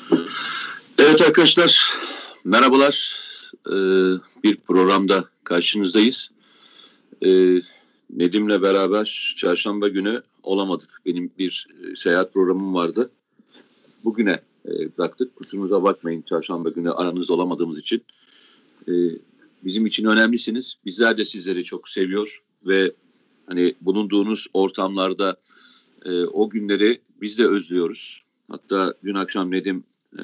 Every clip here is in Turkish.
Evet arkadaşlar, merhabalar. Bir programda karşınızdayız. Nedim'le beraber çarşamba günü olamadık. Benim bir seyahat programım vardı. Bugüne bıraktık. Kusurumuza bakmayın çarşamba günü aranızda olamadığımız için. Bizim için önemlisiniz. Bizler de sizleri çok seviyor ve hani bulunduğunuz ortamlarda o günleri biz de özlüyoruz. Hatta dün akşam Nedim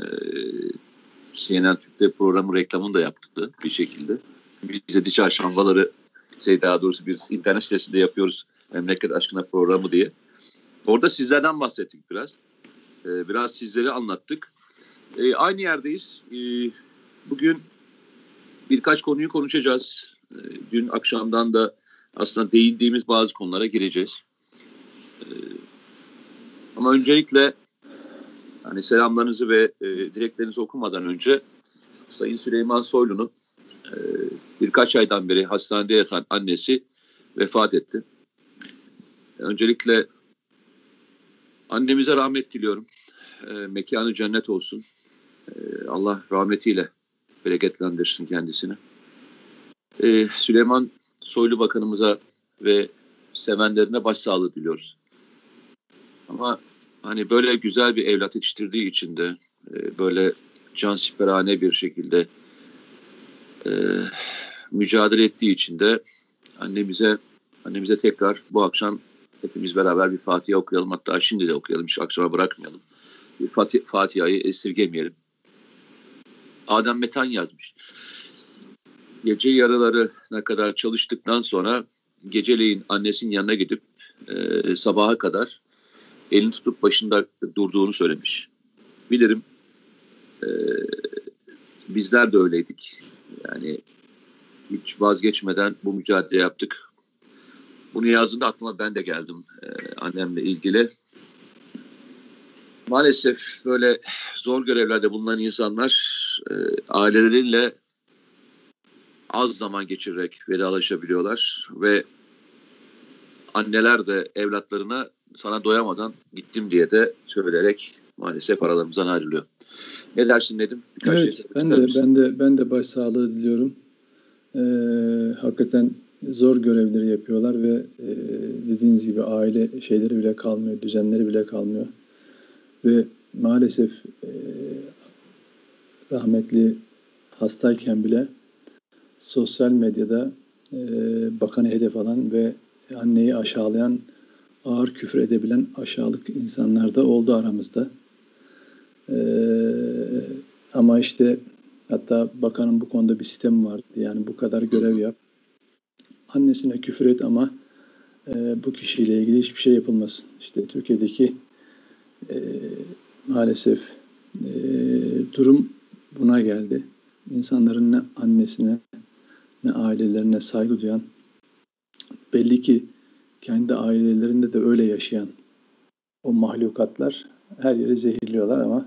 CNN Türk'te programın reklamını da yaptı bir şekilde. Biz de çarşambaları daha doğrusu bir internet sitesinde yapıyoruz Memleket Aşkına programı diye. Orada sizlerden bahsettik biraz. Biraz sizleri anlattık. Aynı yerdeyiz. Bugün birkaç konuyu konuşacağız. Dün akşamdan da aslında değindiğimiz bazı konulara gireceğiz. Ama öncelikle hani selamlarınızı ve dileklerinizi okumadan önce Sayın Süleyman Soylu'nun birkaç aydan beri hastanede yatan annesi vefat etti. Öncelikle annemize rahmet diliyorum. Mekanı cennet olsun. Allah rahmetiyle bereketlendirsin kendisini. Süleyman Soylu Bakanımıza ve sevenlerine başsağlığı diliyoruz. Ama hani böyle güzel bir evlat yetiştirdiği için de böyle cansiperane bir şekilde mücadele ettiği için de annemize tekrar bu akşam hepimiz beraber bir Fatiha okuyalım. Hatta şimdi de okuyalım. Hiç akşama bırakmayalım. Bir Fatiha'yı esirgemeyelim. Adem Metan yazmış. Gece yarılarına kadar çalıştıktan sonra geceleyin annesinin yanına gidip sabaha kadar elini tutup başında durduğunu söylemiş. Bilirim bizler de öyleydik. Yani hiç vazgeçmeden bu mücadele yaptık. Bunu yazdığında aklıma ben de geldim annemle ilgili. Maalesef böyle zor görevlerde bulunan insanlar aileleriyle az zaman geçirerek vedalaşabiliyorlar ve anneler de evlatlarına sana doyamadan gittim diye de söyleyerek maalesef aralarımızdan ayrılıyor. Ne dersin Nedim? Evet, ben de başsağlığı diliyorum. Hakikaten zor görevleri yapıyorlar ve dediğiniz gibi aile şeyleri bile kalmıyor, düzenleri bile kalmıyor. Ve maalesef rahmetli hastayken bile sosyal medyada bakanı hedef alan ve anneyi aşağılayan, ağır küfür edebilen aşağılık insanlar da oldu aramızda. Ama işte hatta bakanın bu konuda bir sistemi vardı. Yani bu kadar görev yap. Annesine küfür et ama bu kişiyle ilgili hiçbir şey yapılmasın. İşte Türkiye'deki maalesef durum buna geldi. İnsanların ne annesine ne ailelerine saygı duyan, belli ki kendi ailelerinde de öyle yaşayan o mahlukatlar her yeri zehirliyorlar ama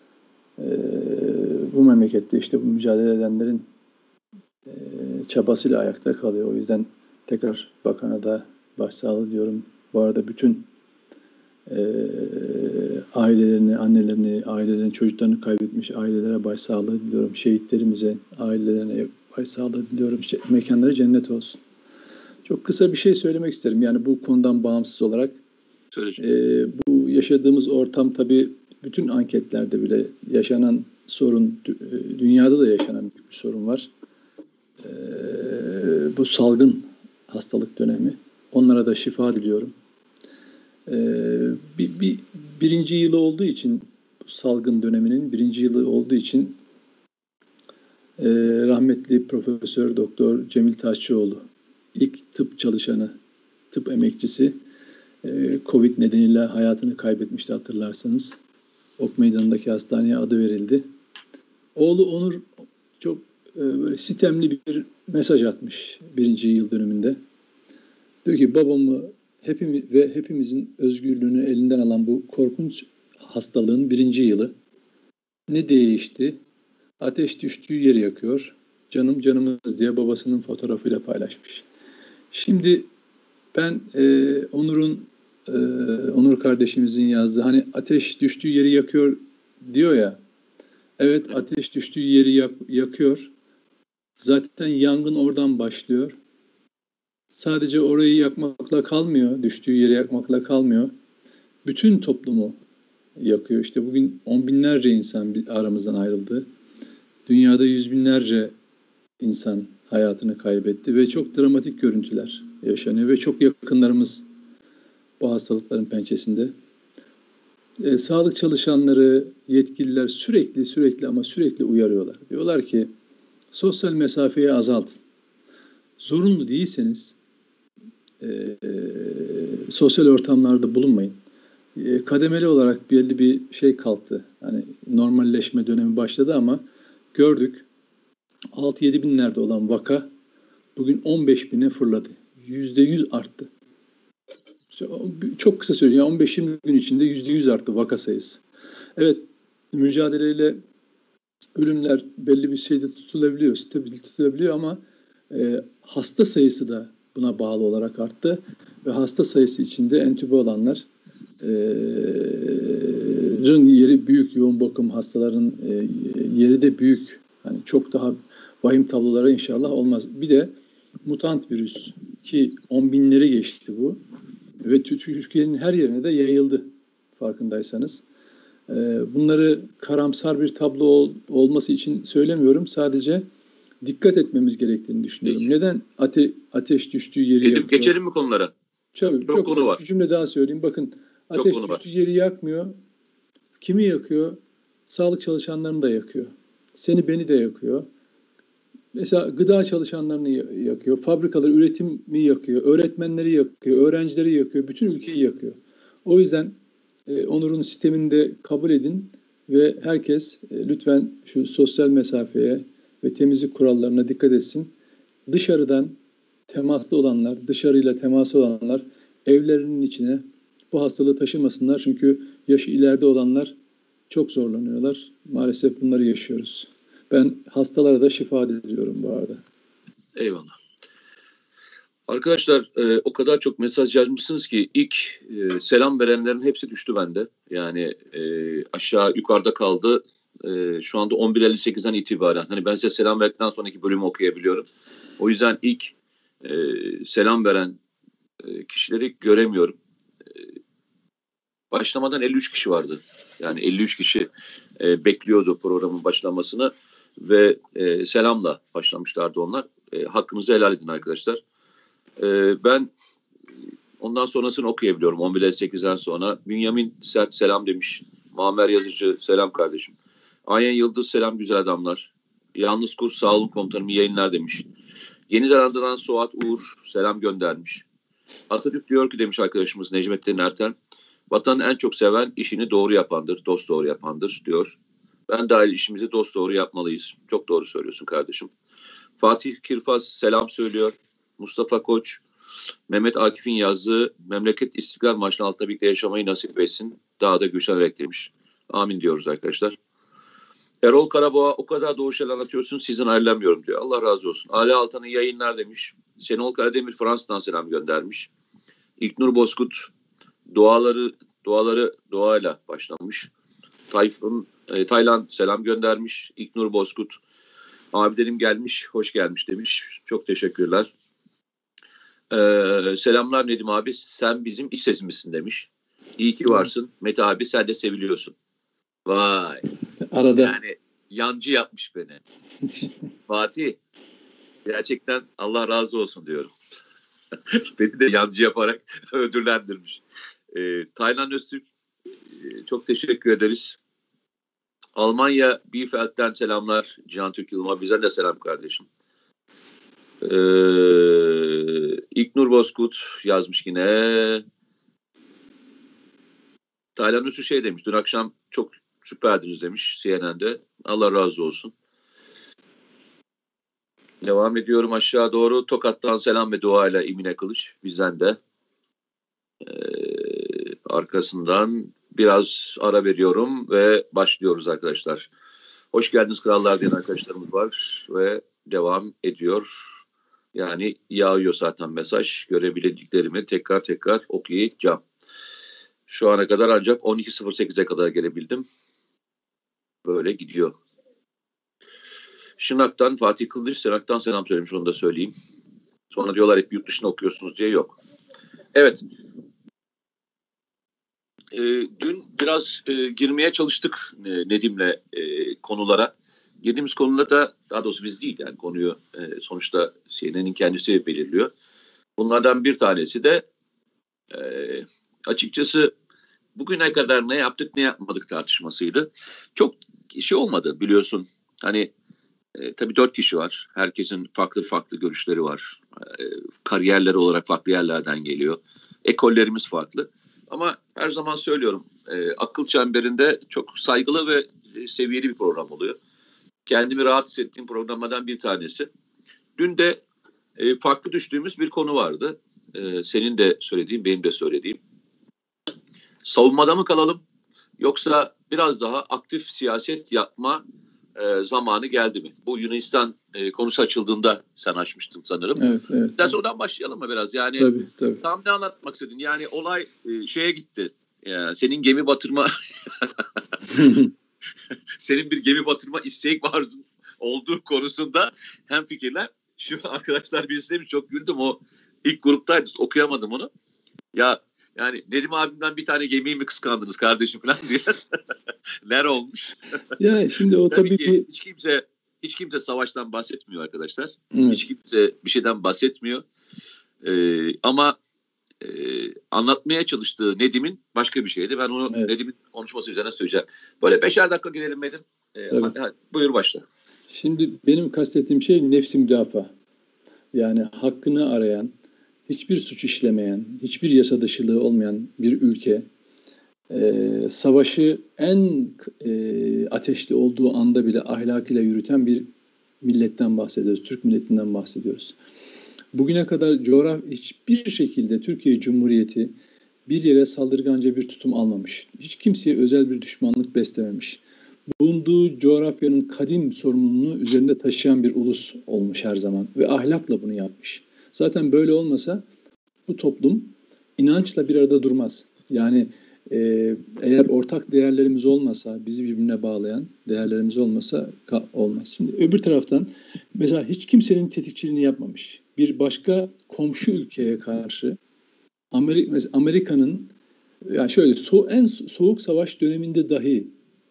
bu memlekette işte bu mücadele edenlerin çabasıyla ayakta kalıyor. O yüzden tekrar bakana da başsağlığı diyorum. Bu arada bütün ailelerini, annelerini, ailelerin çocuklarını kaybetmiş ailelere başsağlığı diliyorum. Şehitlerimize, ailelerine başsağlığı diliyorum. Mekanları cennet olsun. Çok kısa bir şey söylemek isterim. Yani bu konudan bağımsız olarak. Bu yaşadığımız ortam tabii bütün anketlerde bile yaşanan sorun, dünyada da yaşanan bir sorun var. Bu salgın hastalık dönemi. Onlara da şifa diliyorum. Birinci yılı olduğu için, bu salgın döneminin birinci yılı olduğu için rahmetli Profesör Doktor Cemil Taşçıoğlu, ilk tıp çalışanı, tıp emekçisi, Covid nedeniyle hayatını kaybetmişti hatırlarsanız. Ok Meydanı'ndaki hastaneye adı verildi. Oğlu Onur çok böyle sitemli bir mesaj atmış birinci yıl dönümünde. Diyor ki babamı hepimizin özgürlüğünü elinden alan bu korkunç hastalığın birinci yılı. Ne değişti? Ateş düştüğü yeri yakıyor. Canım canımız diye babasının fotoğrafıyla paylaşmış. Şimdi ben Onur kardeşimizin yazdığı hani ateş düştüğü yeri yakıyor diyor ya, Evet, ateş düştüğü yeri yakıyor. Zaten yangın oradan başlıyor. Sadece orayı yakmakla kalmıyor, düştüğü yeri yakmakla kalmıyor. Bütün toplumu yakıyor. İşte bugün on binlerce insan aramızdan ayrıldı. Dünyada yüz binlerce insan hayatını kaybetti ve çok dramatik görüntüler yaşanıyor ve çok yakınlarımız bu hastalıkların pençesinde. Sağlık çalışanları, yetkililer sürekli uyarıyorlar. Diyorlar ki sosyal mesafeyi azaltın. Zorunlu değilseniz sosyal ortamlarda bulunmayın. Kademeli olarak belli bir şey kalktı. Hani normalleşme dönemi başladı ama gördük 6-7 binlerde olan vaka bugün 15 bine fırladı. %100 arttı. İşte çok kısa söyleyeyim, 15-20 gün içinde %100 arttı vaka sayısı. Evet, mücadeleyle ölümler belli bir şeyde tutulabiliyor, stabil tutulabiliyor ama hasta sayısı da buna bağlı olarak arttı ve hasta sayısı içinde entübe olanlar yeri büyük, yoğun bakım hastaların yeri de büyük. Hani çok daha vahim tablolara inşallah olmaz. Bir de mutant virüs ki 10 binleri geçti bu ve Türkiye'nin her yerine de yayıldı farkındaysanız. Bunları karamsar bir tablo olması için söylemiyorum. Sadece dikkat etmemiz gerektiğini düşünüyorum. Peki. Neden ateş düştüğü yeri yakıyor? Geçelim mi konulara? Çok konu var. Bir cümle daha söyleyeyim. Bakın, ateş düştüğü yeri yakmıyor. Kimi yakıyor? Sağlık çalışanlarını da yakıyor. Seni beni de yakıyor. Mesela gıda çalışanlarını yakıyor. Fabrikaları, üretimi yakıyor. Öğretmenleri yakıyor. Öğrencileri yakıyor. Bütün ülkeyi yakıyor. O yüzden Onur'un sistemini de kabul edin ve herkes lütfen şu sosyal mesafeye ve temizlik kurallarına dikkat etsin. Dışarıdan temaslı olanlar, dışarıyla teması olanlar evlerinin içine bu hastalığı taşımasınlar. Çünkü yaşı ileride olanlar çok zorlanıyorlar. Maalesef bunları yaşıyoruz. Ben hastalara da şifa diliyorum bu arada. Eyvallah. Arkadaşlar o kadar çok mesaj yazmışsınız ki ilk selam verenlerin hepsi düştü bende. Yani aşağı yukarıda kaldı. Şu anda 11.58'den itibaren. Hani ben size selam verdikten sonraki bölümü okuyabiliyorum. O yüzden ilk selam veren kişileri göremiyorum. Başlamadan 53 kişi vardı. Yani 53 kişi bekliyordu programın başlamasını ve selamla başlamışlardı onlar. Hakkınızı helal edin arkadaşlar. Ben ondan sonrasını okuyabiliyorum. 11.58'den sonra. Bünyamin Sert selam demiş. Muammer Yazıcı selam kardeşim. Ayhan Yıldız selam güzel adamlar. Yalnız kurs sağ olun komutanım iyi yayınlar demiş. Yeni Zelanda'dan Suat Uğur selam göndermiş. Atatürk diyor ki demiş arkadaşımız Necmettin Erten. Vatanı en çok seven işini doğru yapandır, dost doğru yapandır diyor. Ben dahil işimizi dost doğru yapmalıyız. Çok doğru söylüyorsun kardeşim. Fatih Kirfaz selam söylüyor. Mustafa Koç, Mehmet Akif'in yazdığı memleket İstiklal Marşı'nın altında birlikte yaşamayı nasip etsin. Daha da güçlenerek demiş. Amin diyoruz arkadaşlar. Erol Karaboğa o kadar doğru şeyler anlatıyorsun sizden ayrılamıyorum diyor. Allah razı olsun. Ali Altan'ın yayınlar demiş. Şenol Karademir Fransa'dan selam göndermiş. İlknur Bozkurt duayla başlamış. Taylan selam göndermiş. İlknur Bozkurt abilerim gelmiş, hoş gelmiş demiş. Çok teşekkürler. Selamlar Nedim abi, sen bizim iç sesimizsin demiş. İyi ki varsın. Mete abi sen de seviliyorsun. Vay. Arada. Yani yancı yapmış beni. Fatih, gerçekten Allah razı olsun diyorum. Beni de yancı yaparak ödüllendirmiş. Taylan Öztürk, çok teşekkür ederiz. Almanya Bielefeld'den selamlar. Cihan Türk Yılmaz, bize de selam kardeşim. İlknur Bozkurt yazmış yine. Taylan Öztürk şey demiş. Dün akşam çok süperdiniz demiş CNN'de. Allah razı olsun. Devam ediyorum aşağı doğru. Tokat'tan selam ve duayla İmine Kılıç. Bizden de. Arkasından biraz ara veriyorum ve başlıyoruz arkadaşlar. Hoş geldiniz krallar diyen arkadaşlarımız var ve devam ediyor. Yani yağıyor zaten mesaj. Görebildiklerimi tekrar okuyacağım. Şu ana kadar ancak 12.08'e kadar gelebildim. Böyle gidiyor. Şırnak'tan Fatih Kılıç, Şırnak'tan selam söylemiş, onu da söyleyeyim. Sonra diyorlar hep yurt dışında okuyorsunuz diye, yok. Evet. Dün biraz girmeye çalıştık Nedim'le konulara. Girdiğimiz konuda da, daha doğrusu biz değil yani, konuyu sonuçta CNN'in kendisi belirliyor. Bunlardan bir tanesi de açıkçası bugüne kadar ne yaptık ne yapmadık tartışmasıydı. Çok şey olmadı biliyorsun. Hani tabii 4 kişi var. Herkesin farklı farklı görüşleri var. Kariyerleri olarak farklı yerlerden geliyor. Ekollerimiz farklı. Ama her zaman söylüyorum, akıl çemberinde çok saygılı ve seviyeli bir program oluyor. Kendimi rahat hissettiğim programlardan bir tanesi. Dün de farklı düştüğümüz bir konu vardı. Senin de söylediğin, benim de söylediğim. Savunmada mı kalalım, yoksa biraz daha aktif siyaset yapma zamanı geldi mi? Bu Yunanistan konusu açıldığında sen açmıştın sanırım. Evet. İstersen oradan başlayalım mı biraz? Yani Tabii. tam ne anlatmak istedin? Yani olay şeye gitti. Senin gemi batırma senin bir gemi batırma isteği vardı olduğu konusunda hemfikirler. Şu arkadaşlar birisi demiş, çok güldüm, o ilk gruptaydı, okuyamadım onu. Ya yani Nedim abimden bir tane gemiyi mi kıskandınız kardeşim falan diye. Ner olmuş. Ya şimdi o Tabii tabii ki hiç kimse savaştan bahsetmiyor arkadaşlar. Evet. Hiç kimse bir şeyden bahsetmiyor. Ama anlatmaya çalıştığı Nedim'in başka bir şeydi. Ben onu Nedim'in konuşması üzerine söyleyeceğim. Böyle 5'er dakika gidelim Nedim. Buyur başla. Şimdi benim kastettiğim şey nefsi müdafaa. Yani hakkını arayan, hiçbir suç işlemeyen, hiçbir yasa dışılığı olmayan bir ülke, savaşı en ateşli olduğu anda bile ahlakıyla yürüten bir milletten bahsediyoruz. Türk milletinden bahsediyoruz. Bugüne kadar hiçbir şekilde Türkiye Cumhuriyeti bir yere saldırganca bir tutum almamış. Hiç kimseye özel bir düşmanlık beslememiş. Bulunduğu coğrafyanın kadim sorumluluğunu üzerinde taşıyan bir ulus olmuş her zaman ve ahlakla bunu yapmış. Zaten böyle olmasa bu toplum inançla bir arada durmaz. Yani eğer ortak değerlerimiz olmasa, bizi birbirine bağlayan değerlerimiz olmasa olmaz. Şimdi öbür taraftan mesela hiç kimsenin tetikçiliğini yapmamış. Bir başka komşu ülkeye karşı Amerika'nın, yani şöyle en soğuk savaş döneminde dahi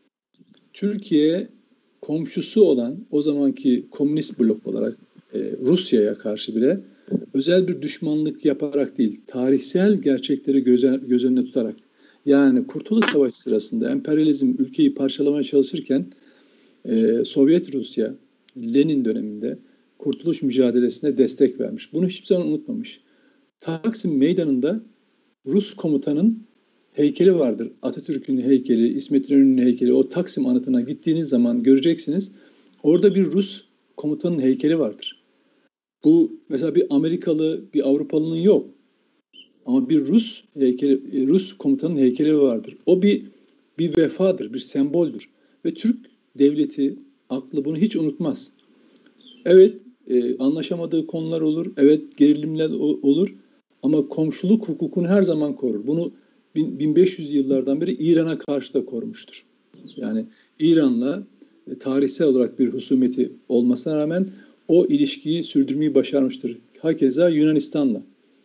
Türkiye komşusu olan o zamanki komünist blok olarak Rusya'ya karşı bile özel bir düşmanlık yaparak değil, tarihsel gerçekleri göz önüne tutarak, yani Kurtuluş Savaşı sırasında emperyalizm ülkeyi parçalamaya çalışırken Sovyet Rusya, Lenin döneminde kurtuluş mücadelesine destek vermiş. Bunu hiçbir zaman unutmamış. Taksim Meydanı'nda Rus komutanın heykeli vardır. Atatürk'ün heykeli, İsmet İnönü'nün heykeli. O Taksim anıtına gittiğiniz zaman göreceksiniz. Orada bir Rus komutanın heykeli vardır. Bu mesela bir Amerikalı, bir Avrupalı'nın yok. Ama bir Rus heykeli, Rus komutanın heykeli vardır. O bir vefadır, bir semboldür. Ve Türk devleti, aklı bunu hiç unutmaz. Evet, anlaşamadığı konular olur. Evet, gerilimler olur. Ama komşuluk hukukunu her zaman korur. Bunu 1500 yıllardan beri İran'a karşı da korumuştur. Yani İran'la tarihsel olarak bir husumeti olmasına rağmen o ilişkiyi sürdürmeyi başarmıştır. Hakeza Yunanistan'la.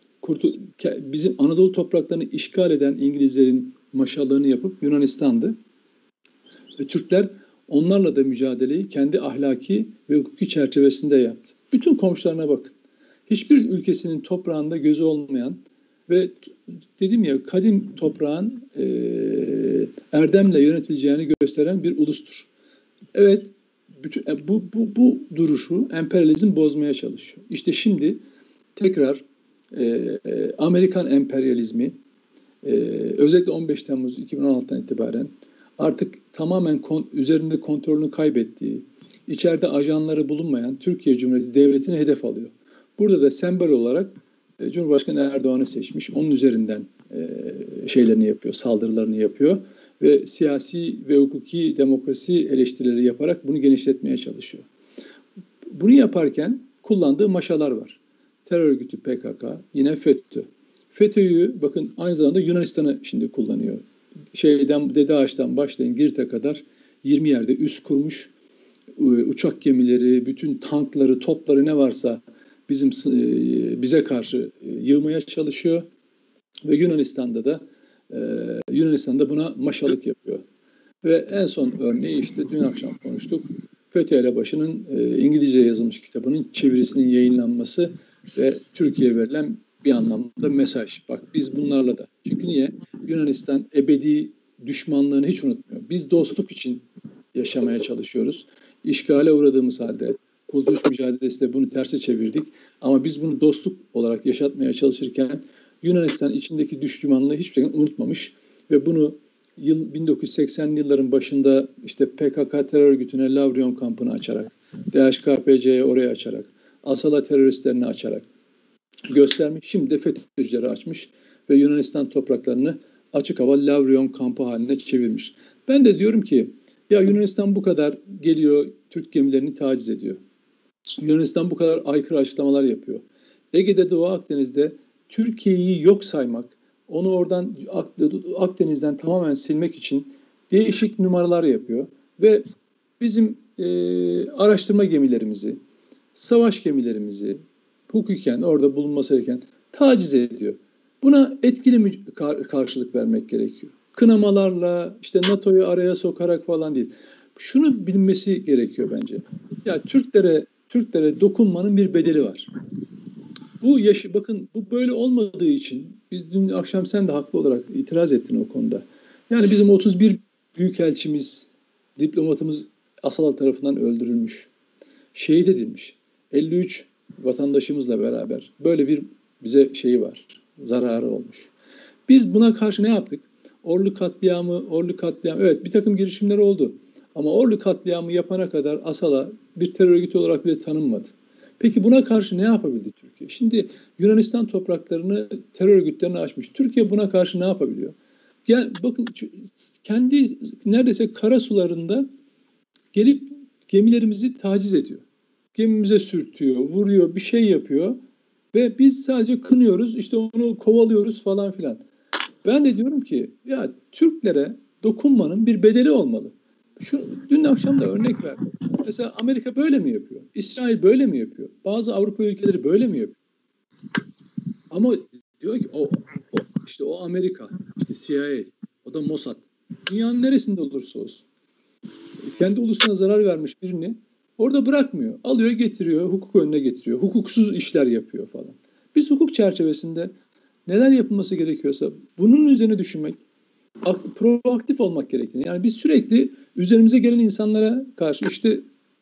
Bizim Anadolu topraklarını işgal eden İngilizlerin maşallahını yapıp Yunanistan'dı. Ve Türkler onlarla da mücadeleyi kendi ahlaki ve hukuki çerçevesinde yaptı. Bütün komşularına bakın. Hiçbir ülkesinin toprağında gözü olmayan ve dedim ya, kadim toprağın erdemle yönetileceğini gösteren bir ulustur. Evet, bu duruşu emperyalizm bozmaya çalışıyor. İşte şimdi tekrar Amerikan emperyalizmi özellikle 15 Temmuz 2016'dan itibaren artık tamamen üzerinde kontrolünü kaybettiği, içeride ajanları bulunmayan Türkiye Cumhuriyeti Devleti'ni hedef alıyor. Burada da sembol olarak Cumhurbaşkanı Erdoğan'ı seçmiş, onun üzerinden şeylerini yapıyor, saldırılarını yapıyor ve siyasi ve hukuki demokrasi eleştirileri yaparak bunu genişletmeye çalışıyor. Bunu yaparken kullandığı maşalar var. Terör örgütü PKK, yine FETÖ. FETÖ'yü bakın aynı zamanda Yunanistan'ı şimdi kullanıyor. Dede Ağaç'tan başlayın Girit'e kadar 20 yerde üs kurmuş. uçak gemileri, bütün tankları, topları ne varsa bize karşı yığmaya çalışıyor ve Yunanistan'da buna maşalık yapıyor. Ve en son örneği işte dün akşam konuştuk. FETÖ Elebaşı'nın İngilizce yazılmış kitabının çevirisinin yayınlanması ve Türkiye'ye verilen bir anlamda mesaj. Bak biz bunlarla da. Çünkü niye? Yunanistan ebedi düşmanlığını hiç unutmuyor. Biz dostluk için yaşamaya çalışıyoruz. İşgale uğradığımız halde kurtuluş mücadelesinde bunu terse çevirdik. Ama biz bunu dostluk olarak yaşatmaya çalışırken Yunanistan içindeki düşmanlığı hiçbir şekilde unutmamış ve bunu 1980'li yılların başında işte PKK terör örgütüne Lavrion kampını açarak, DHKPC'ye oraya açarak, Asala teröristlerini açarak göstermiş. Şimdi de FETÖ'cüleri açmış ve Yunanistan topraklarını açık hava Lavrion kampı haline çevirmiş. Ben de diyorum ki ya Yunanistan bu kadar geliyor Türk gemilerini taciz ediyor. Yunanistan bu kadar aykırı açıklamalar yapıyor. Ege'de, Doğu Akdeniz'de Türkiye'yi yok saymak, onu oradan Akdeniz'den tamamen silmek için değişik numaralar yapıyor. Ve bizim araştırma gemilerimizi, savaş gemilerimizi hukuken orada bulunması gereken taciz ediyor. Buna etkili karşılık vermek gerekiyor. Kınamalarla, işte NATO'yu araya sokarak falan değil. Şunu bilinmesi gerekiyor bence. Ya Türklere dokunmanın bir bedeli var. Bakın bu böyle olmadığı için biz dün akşam sen de haklı olarak itiraz ettin o konuda. Yani bizim 31 büyükelçimiz, diplomatımız Asala tarafından öldürülmüş. Şehit edilmiş. 53 vatandaşımızla beraber böyle bir bize şeyi var. Zararı olmuş. Biz buna karşı ne yaptık? Ordu katliamı, evet bir takım girişimler oldu. Ama Ordu katliamı yapana kadar Asala bir terör örgütü olarak bile tanınmadı. Peki buna karşı ne yapabildi Türkiye? Şimdi Yunanistan topraklarını terör örgütlerine açmış. Türkiye buna karşı ne yapabiliyor? Bakın kendi neredeyse kara sularında gelip gemilerimizi taciz ediyor. Gemimize sürtüyor, vuruyor, bir şey yapıyor ve biz sadece kınıyoruz, işte onu kovalıyoruz falan filan. Ben de diyorum ki ya Türklere dokunmanın bir bedeli olmalı. Dün akşam da örnek verdim. Mesela Amerika böyle mi yapıyor? İsrail böyle mi yapıyor? Bazı Avrupa ülkeleri böyle mi yapıyor? Ama diyor ki o Amerika, işte CIA, o da Mossad. Dünyanın neresinde olursa olsun. Kendi ulusuna zarar vermiş birini orada bırakmıyor. Alıyor getiriyor, hukuk önüne getiriyor. Hukuksuz işler yapıyor falan. Biz hukuk çerçevesinde neler yapılması gerekiyorsa bunun üzerine düşünmek, proaktif olmak gerektiğini. Yani biz sürekli üzerimize gelen insanlara karşı işte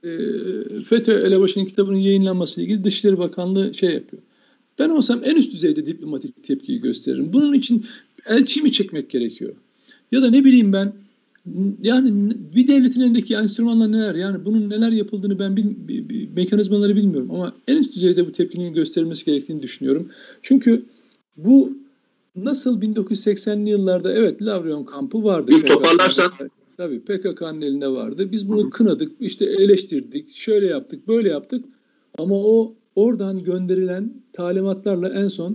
FETÖ Elebaşı'nın kitabının yayınlanmasıyla ilgili Dışişleri Bakanlığı şey yapıyor. Ben olsam en üst düzeyde diplomatik tepkiyi gösteririm. Bunun için elçi mi çekmek gerekiyor? Ya da ne bileyim ben, yani bir devletin elindeki enstrümanlar neler? Yani bunun neler yapıldığını ben mekanizmaları bilmiyorum ama en üst düzeyde bu tepkinin gösterilmesi gerektiğini düşünüyorum. Çünkü bu nasıl 1980'li yıllarda evet Lavrion kampı vardı. Bir toparlarsan. Tabii PKK'nın elinde vardı. Biz bunu kınadık, işte eleştirdik, şöyle yaptık, böyle yaptık. Ama o oradan gönderilen talimatlarla en son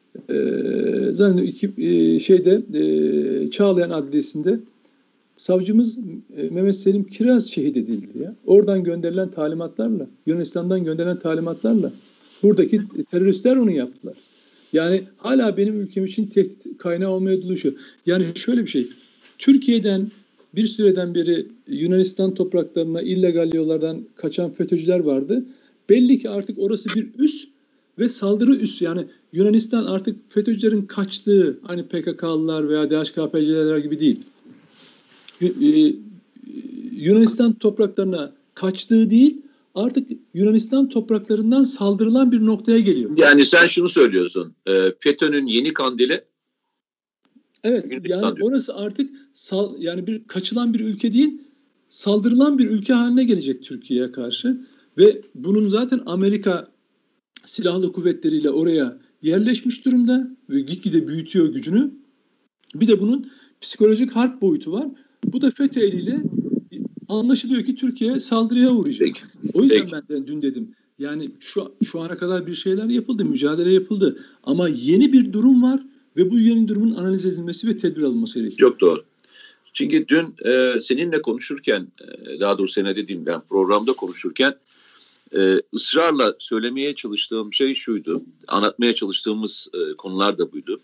Çağlayan Adliyesi'nde savcımız Mehmet Selim Kiraz şehit edildi ya. Oradan gönderilen talimatlarla, Yunanistan'dan gönderilen talimatlarla buradaki teröristler onu yaptılar. Yani hala benim ülkem için tehdit kaynağı olmaya çalışıyor. Yani şöyle bir şey. Türkiye'den bir süreden beri Yunanistan topraklarına illegal yollardan kaçan FETÖ'cüler vardı. Belli ki artık orası bir üs ve saldırı üssü. Yani Yunanistan artık FETÖ'cülerin kaçtığı, hani PKK'lılar veya DHKPC'ler gibi değil. Yunanistan topraklarına kaçtığı değil, artık Yunanistan topraklarından saldırılan bir noktaya geliyor. Yani sen şunu söylüyorsun, FETÖ'nün yeni kandili. Evet, yani orası artık yani bir kaçılan bir ülke değil, saldırılan bir ülke haline gelecek Türkiye'ye karşı ve bunun zaten Amerika silahlı kuvvetleriyle oraya yerleşmiş durumda ve gitgide büyütüyor gücünü. Bir de bunun psikolojik harp boyutu var. Bu da FETÖ eliyle anlaşılıyor ki Türkiye saldırıya uğrayacak. O yüzden ben de dün dedim. Yani şu ana kadar bir şeyler yapıldı, mücadele yapıldı. Ama yeni bir durum var ve bu yeni durumun analiz edilmesi ve tedbir alınması gerekiyor. Çok doğru. Çünkü dün seninle konuşurken, daha doğrusu seninle dediğim ben programda konuşurken ısrarla söylemeye çalıştığım şey şuydu. Anlatmaya çalıştığımız konular da buydu.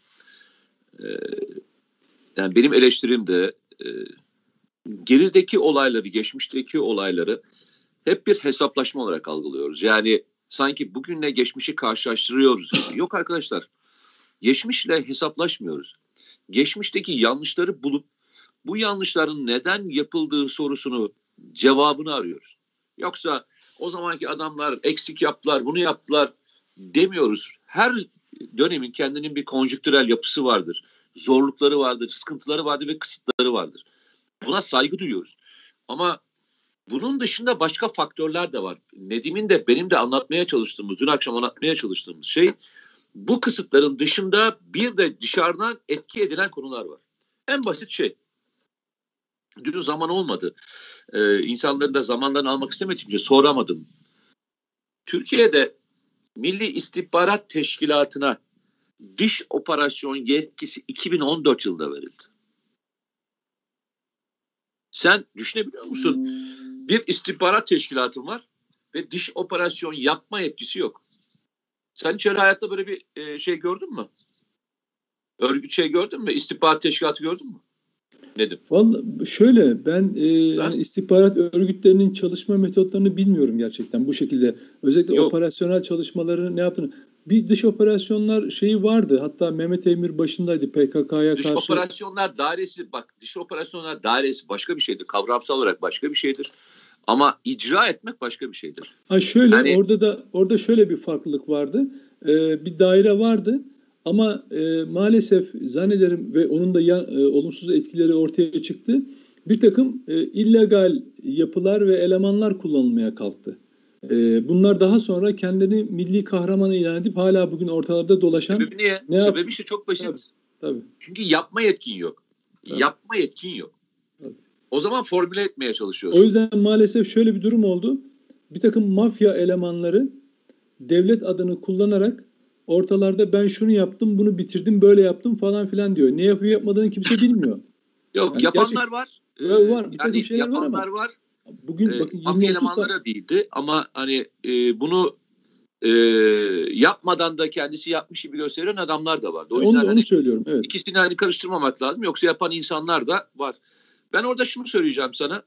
Yani benim eleştirim de gerideki olayları, geçmişteki olayları hep bir hesaplaşma olarak algılıyoruz. Yani sanki bugünle geçmişi karşılaştırıyoruz gibi. Yok arkadaşlar, geçmişle hesaplaşmıyoruz. Geçmişteki yanlışları bulup bu yanlışların neden yapıldığı sorusunun cevabını arıyoruz. Yoksa o zamanki adamlar eksik yaptılar, bunu yaptılar demiyoruz. Her dönemin kendinin bir konjüktürel yapısı vardır. Zorlukları vardır, sıkıntıları vardır ve kısıtları vardır. Buna saygı duyuyoruz. Ama bunun dışında başka faktörler de var. Nedim'in de benim de anlatmaya çalıştığımız, dün akşam anlatmaya çalıştığımız şey, bu kısıtların dışında bir de dışarıdan etki edilen konular var. En basit şey. Dün zaman olmadı. İnsanların da zamanlarını almak istemediğim için soramadım. Türkiye'de Milli İstihbarat Teşkilatı'na dış operasyon yetkisi 2014 yılında verildi. Sen düşünebiliyor musun? Bir istihbarat teşkilatı var ve dış operasyon yapma yetkisi yok. Sen hiç öyle hayatta böyle bir şey gördün mü? Örgüt şey gördün mü? İstihbarat teşkilatı gördün mü? Nedim? Vallahi şöyle ben yani istihbarat örgütlerinin çalışma metotlarını bilmiyorum gerçekten bu şekilde. Özellikle Yok. operasyonel çalışmalarını ne yaptığını. Bir dış operasyonlar şeyi vardı. Hatta Mehmet Emir başındaydı PKK'ya Dış karşı. operasyonlar dairesi, bak, dış operasyonlar dairesi başka bir şeydir. Kavramsal olarak başka bir şeydir. Ama icra etmek başka bir şeydir. Ha şöyle Yani, orada şöyle bir farklılık vardı. Bir daire vardı ama maalesef zannederim ve onun da olumsuz etkileri ortaya çıktı. Bir takım illegal yapılar ve elemanlar kullanılmaya kalktı. Bunlar daha sonra kendini milli kahraman ilan edip hala bugün ortalarda dolaşan. sebebi niye? Sebebi işte çok basit. Tabii. Çünkü yapma yetkin yok. Tabii. Yapma yetkin yok. Tabii. O zaman formüle etmeye çalışıyorsun. O yüzden maalesef şöyle bir durum oldu. Bir takım mafya elemanları devlet adını kullanarak ortalarda ben şunu yaptım, bunu bitirdim, böyle yaptım falan filan diyor. Ne yapıyor yapmadığını kimse bilmiyor. Yok, Yani yapanlar var. var. Bir takım Yani şeyler var yapanlar ama var. bugün bakın Mafya 20-30 elemanları değildi ama hani bunu yapmadan da kendisi yapmış gibi gösteren adamlar da vardı. O yüzden onu söylüyorum. Evet. İkisini hani karıştırmamak lazım. Yoksa yapan insanlar da var. Ben orada şunu söyleyeceğim sana.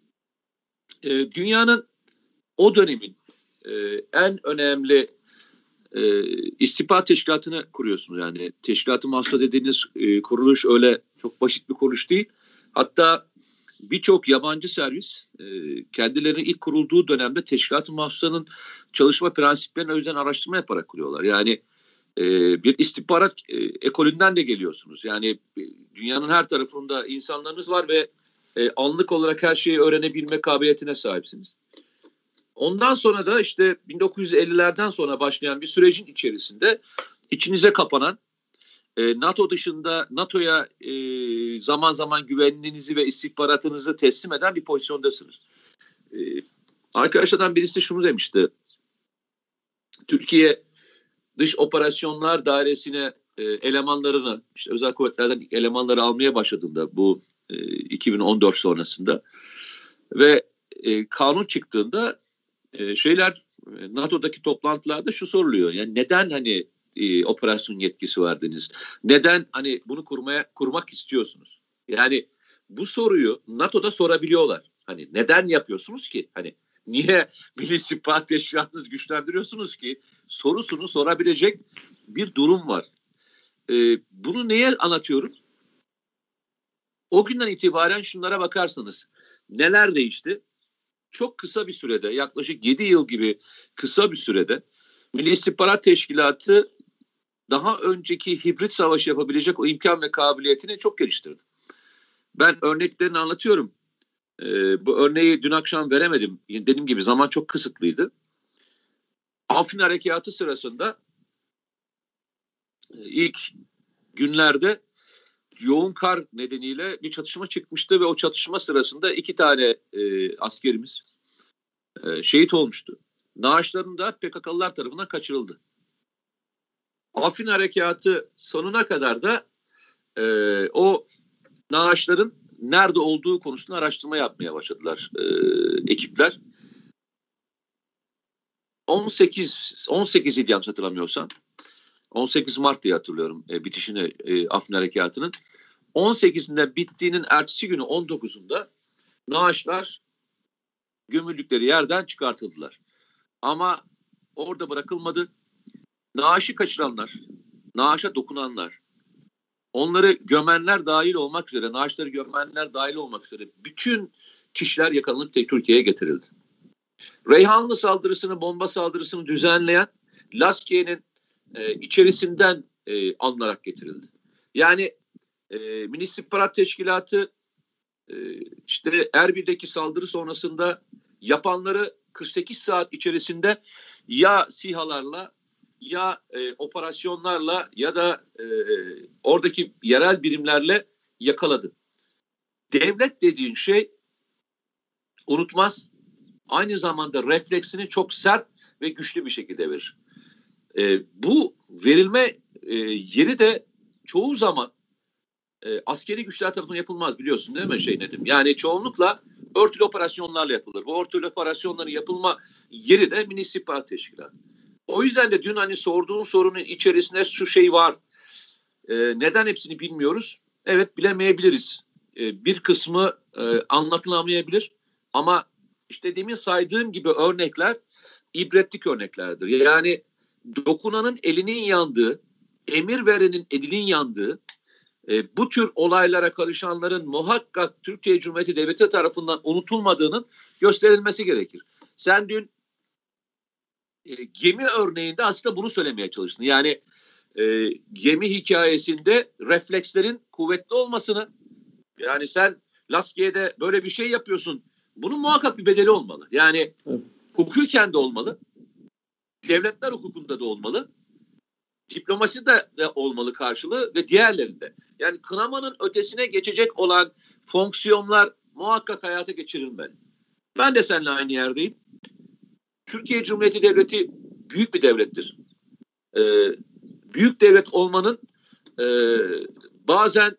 Dünyanın o dönemin en önemli istihbarat teşkilatını kuruyorsunuz. Yani Teşkilat-ı Mahsusa dediğiniz kuruluş öyle çok basit bir kuruluş değil. Hatta birçok yabancı servis kendilerinin ilk kurulduğu dönemde Teşkilat-ı Mahsusa'nın çalışma prensiplerini o yüzden araştırma yaparak kuruyorlar. Yani bir istihbarat ekolünden de geliyorsunuz. Yani dünyanın her tarafında insanlarınız var ve anlık olarak her şeyi öğrenebilme kabiliyetine sahipsiniz. Ondan sonra da işte 1950'lerden sonra başlayan bir sürecin içerisinde içinize kapanan, NATO dışında NATO'ya zaman zaman güvenliğinizi ve istihbaratınızı teslim eden bir pozisyondasınız. Arkadaşlardan birisi şunu demişti. Türkiye Dış Operasyonlar Dairesi'ne elemanlarını, işte özel kuvvetlerden elemanları almaya başladığında bu 2014 sonrasında ve kanun çıktığında NATO'daki toplantılarda şu soruluyor. Yani neden hani operasyon yetkisi verdiniz? Neden hani bunu kurmak istiyorsunuz? Yani bu soruyu NATO'da sorabiliyorlar. Hani neden yapıyorsunuz ki? Hani niye Milli İstihbarat Teşkilatı'nızı güçlendiriyorsunuz ki? Sorusunu sorabilecek bir durum var. Bunu neye anlatıyorum? O günden itibaren şunlara bakarsanız neler değişti? Çok kısa bir sürede, yaklaşık 7 yıl gibi kısa bir sürede Milli İstihbarat Teşkilatı daha önceki hibrit savaş yapabilecek o imkan ve kabiliyetini çok geliştirdi. Ben örneklerini anlatıyorum. Bu örneği dün akşam veremedim. Dediğim gibi zaman çok kısıtlıydı. Afrin Harekatı sırasında ilk günlerde yoğun kar nedeniyle bir çatışma çıkmıştı ve o çatışma sırasında 2 tane askerimiz şehit olmuştu. Naaşların da PKK'lılar tarafından kaçırıldı. Afrin Harekatı sonuna kadar da o naaşların nerede olduğu konusunda araştırma yapmaya başladılar ekipler. 18 idi yanlış hatırlamıyorsam. 18 Mart diye hatırlıyorum bitişini Afrin Harekatı'nın. 18'inde bittiğinin ertesi günü 19'unda naaşlar gömüldükleri yerden çıkartıldılar. Ama orada bırakılmadı. Naaşı kaçıranlar, naaşa dokunanlar, onları gömenler dahil olmak üzere, naaşları gömenler dahil olmak üzere bütün kişiler yakalanıp Türkiye'ye getirildi. Reyhanlı saldırısını, bomba saldırısını düzenleyen Laskiye'nin içerisinden alınarak getirildi. Yani Milli İstihbarat Teşkilatı işte Erbil'deki saldırı sonrasında yapanları 48 saat içerisinde ya SİHA'larla ya operasyonlarla ya da oradaki yerel birimlerle yakaladı. Devlet dediğin şey unutmaz. Aynı zamanda refleksini çok sert ve güçlü bir şekilde verir. Bu verilme yeri de çoğu zaman askeri güçler tarafından yapılmaz, biliyorsun değil mi Nedim? Yani çoğunlukla örtülü operasyonlarla yapılır. Bu örtülü operasyonların yapılma yeri de Milli İstihbarat Teşkilatı. O yüzden de dün hani sorduğun sorunun içerisinde şu şey var. Neden hepsini bilmiyoruz? Evet, bilemeyebiliriz. Bir kısmı anlatılamayabilir. Ama işte demin saydığım gibi örnekler ibretlik örneklerdir. Yani dokunanın elinin yandığı, emir verenin elinin yandığı, bu tür olaylara karışanların muhakkak Türkiye Cumhuriyeti Devleti tarafından unutulmadığının gösterilmesi gerekir. Sen dün gemi örneğinde aslında bunu söylemeye çalıştın. Yani gemi hikayesinde reflekslerin kuvvetli olmasını, yani sen Laskiye'de böyle bir şey yapıyorsun. Bunun muhakkak bir bedeli olmalı. Yani hukuken de olmalı. Devletler hukukunda da olmalı. Diplomasi de olmalı karşılığı ve diğerlerinde. Yani kınamanın ötesine geçecek olan fonksiyonlar muhakkak hayata geçirilmeli. Ben de seninle aynı yerdeyim. Türkiye Cumhuriyeti Devleti büyük bir devlettir. Büyük devlet olmanın bazen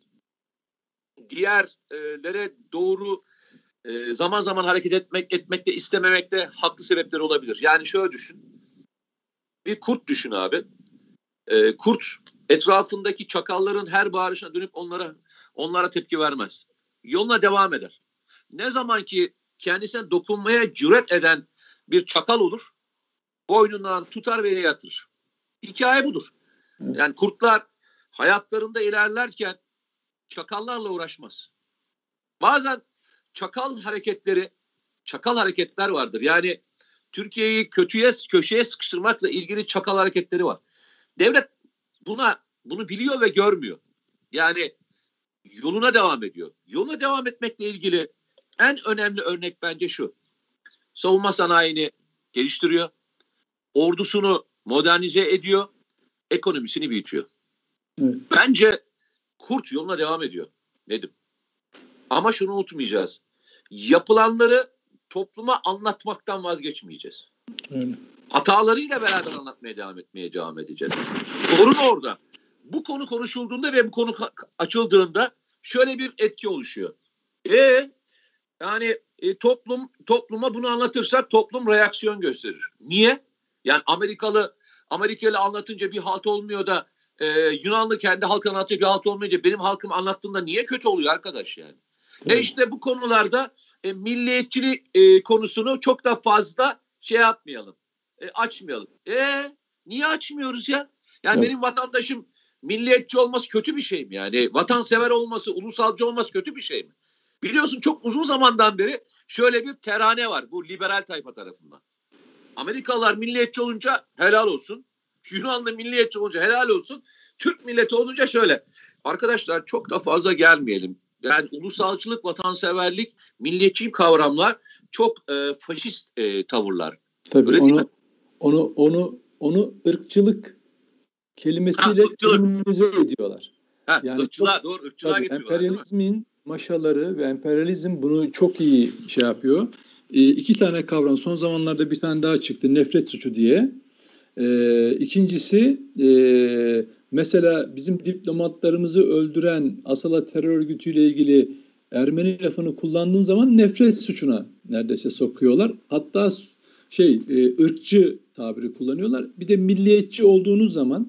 diğerlere doğru zaman zaman hareket etmekte istememekte haklı sebepleri olabilir. Yani şöyle düşün. Bir kurt düşün abi. Kurt etrafındaki çakalların her bağırışına dönüp onlara tepki vermez. Yoluna devam eder. Ne zaman ki kendisine dokunmaya cüret eden bir çakal olur, boynundan tutar ve yere yatırır. Hikaye budur. Yani kurtlar hayatlarında ilerlerken çakallarla uğraşmaz. Bazen çakal hareketler vardır. Yani Türkiye'yi köşeye sıkıştırmakla ilgili çakal hareketleri var. Devlet bunu biliyor ve görmüyor. Yani yoluna devam ediyor. Yoluna devam etmekle ilgili en önemli örnek bence şu. Savunma sanayini geliştiriyor. Ordusunu modernize ediyor. Ekonomisini büyütüyor. Evet. Bence kurt yoluna devam ediyor Nedim. Ama şunu unutmayacağız. Yapılanları topluma anlatmaktan vazgeçmeyeceğiz. Evet. Hatalarıyla beraber anlatmaya devam edeceğiz. Sorun orada. Bu konu konuşulduğunda ve bu konu açıldığında şöyle bir etki oluşuyor. Yani topluma bunu anlatırsak toplum reaksiyon gösterir. Niye? Yani Amerikalı anlatınca bir halt olmuyor da Yunanlı kendi halkına anlatınca bir halt olmayınca benim halkım anlattığında niye kötü oluyor arkadaş yani? İşte bu konularda milliyetçilik konusunu çok da fazla yapmayalım. Açmayalım. Niye açmıyoruz ya? Yani benim vatandaşım milliyetçi olması kötü bir şey mi? Yani vatansever olması, ulusalcı olması kötü bir şey mi? Biliyorsun çok uzun zamandan beri şöyle bir terane var bu liberal tayfa tarafından. Amerikalılar milliyetçi olunca helal olsun. Yunanlı milliyetçi olunca helal olsun. Türk milleti olunca şöyle. Arkadaşlar çok da fazla gelmeyelim. Yani ulusalcılık, vatanseverlik, milliyetçi kavramlar çok faşist tavırlar. Tabii öyle onu ırkçılık kelimesiyle minimize ediyorlar. Yani ırkçılığa getiriyorlar. Emperyalizmin maşaları ve emperyalizm bunu çok iyi yapıyor. İki tane kavram son zamanlarda bir tane daha çıktı. Nefret suçu diye. İkincisi mesela bizim diplomatlarımızı öldüren Asala terör örgütüyle ilgili Ermeni lafını kullandığın zaman nefret suçuna neredeyse sokuyorlar. Hatta ırkçı tabiri kullanıyorlar. Bir de milliyetçi olduğunuz zaman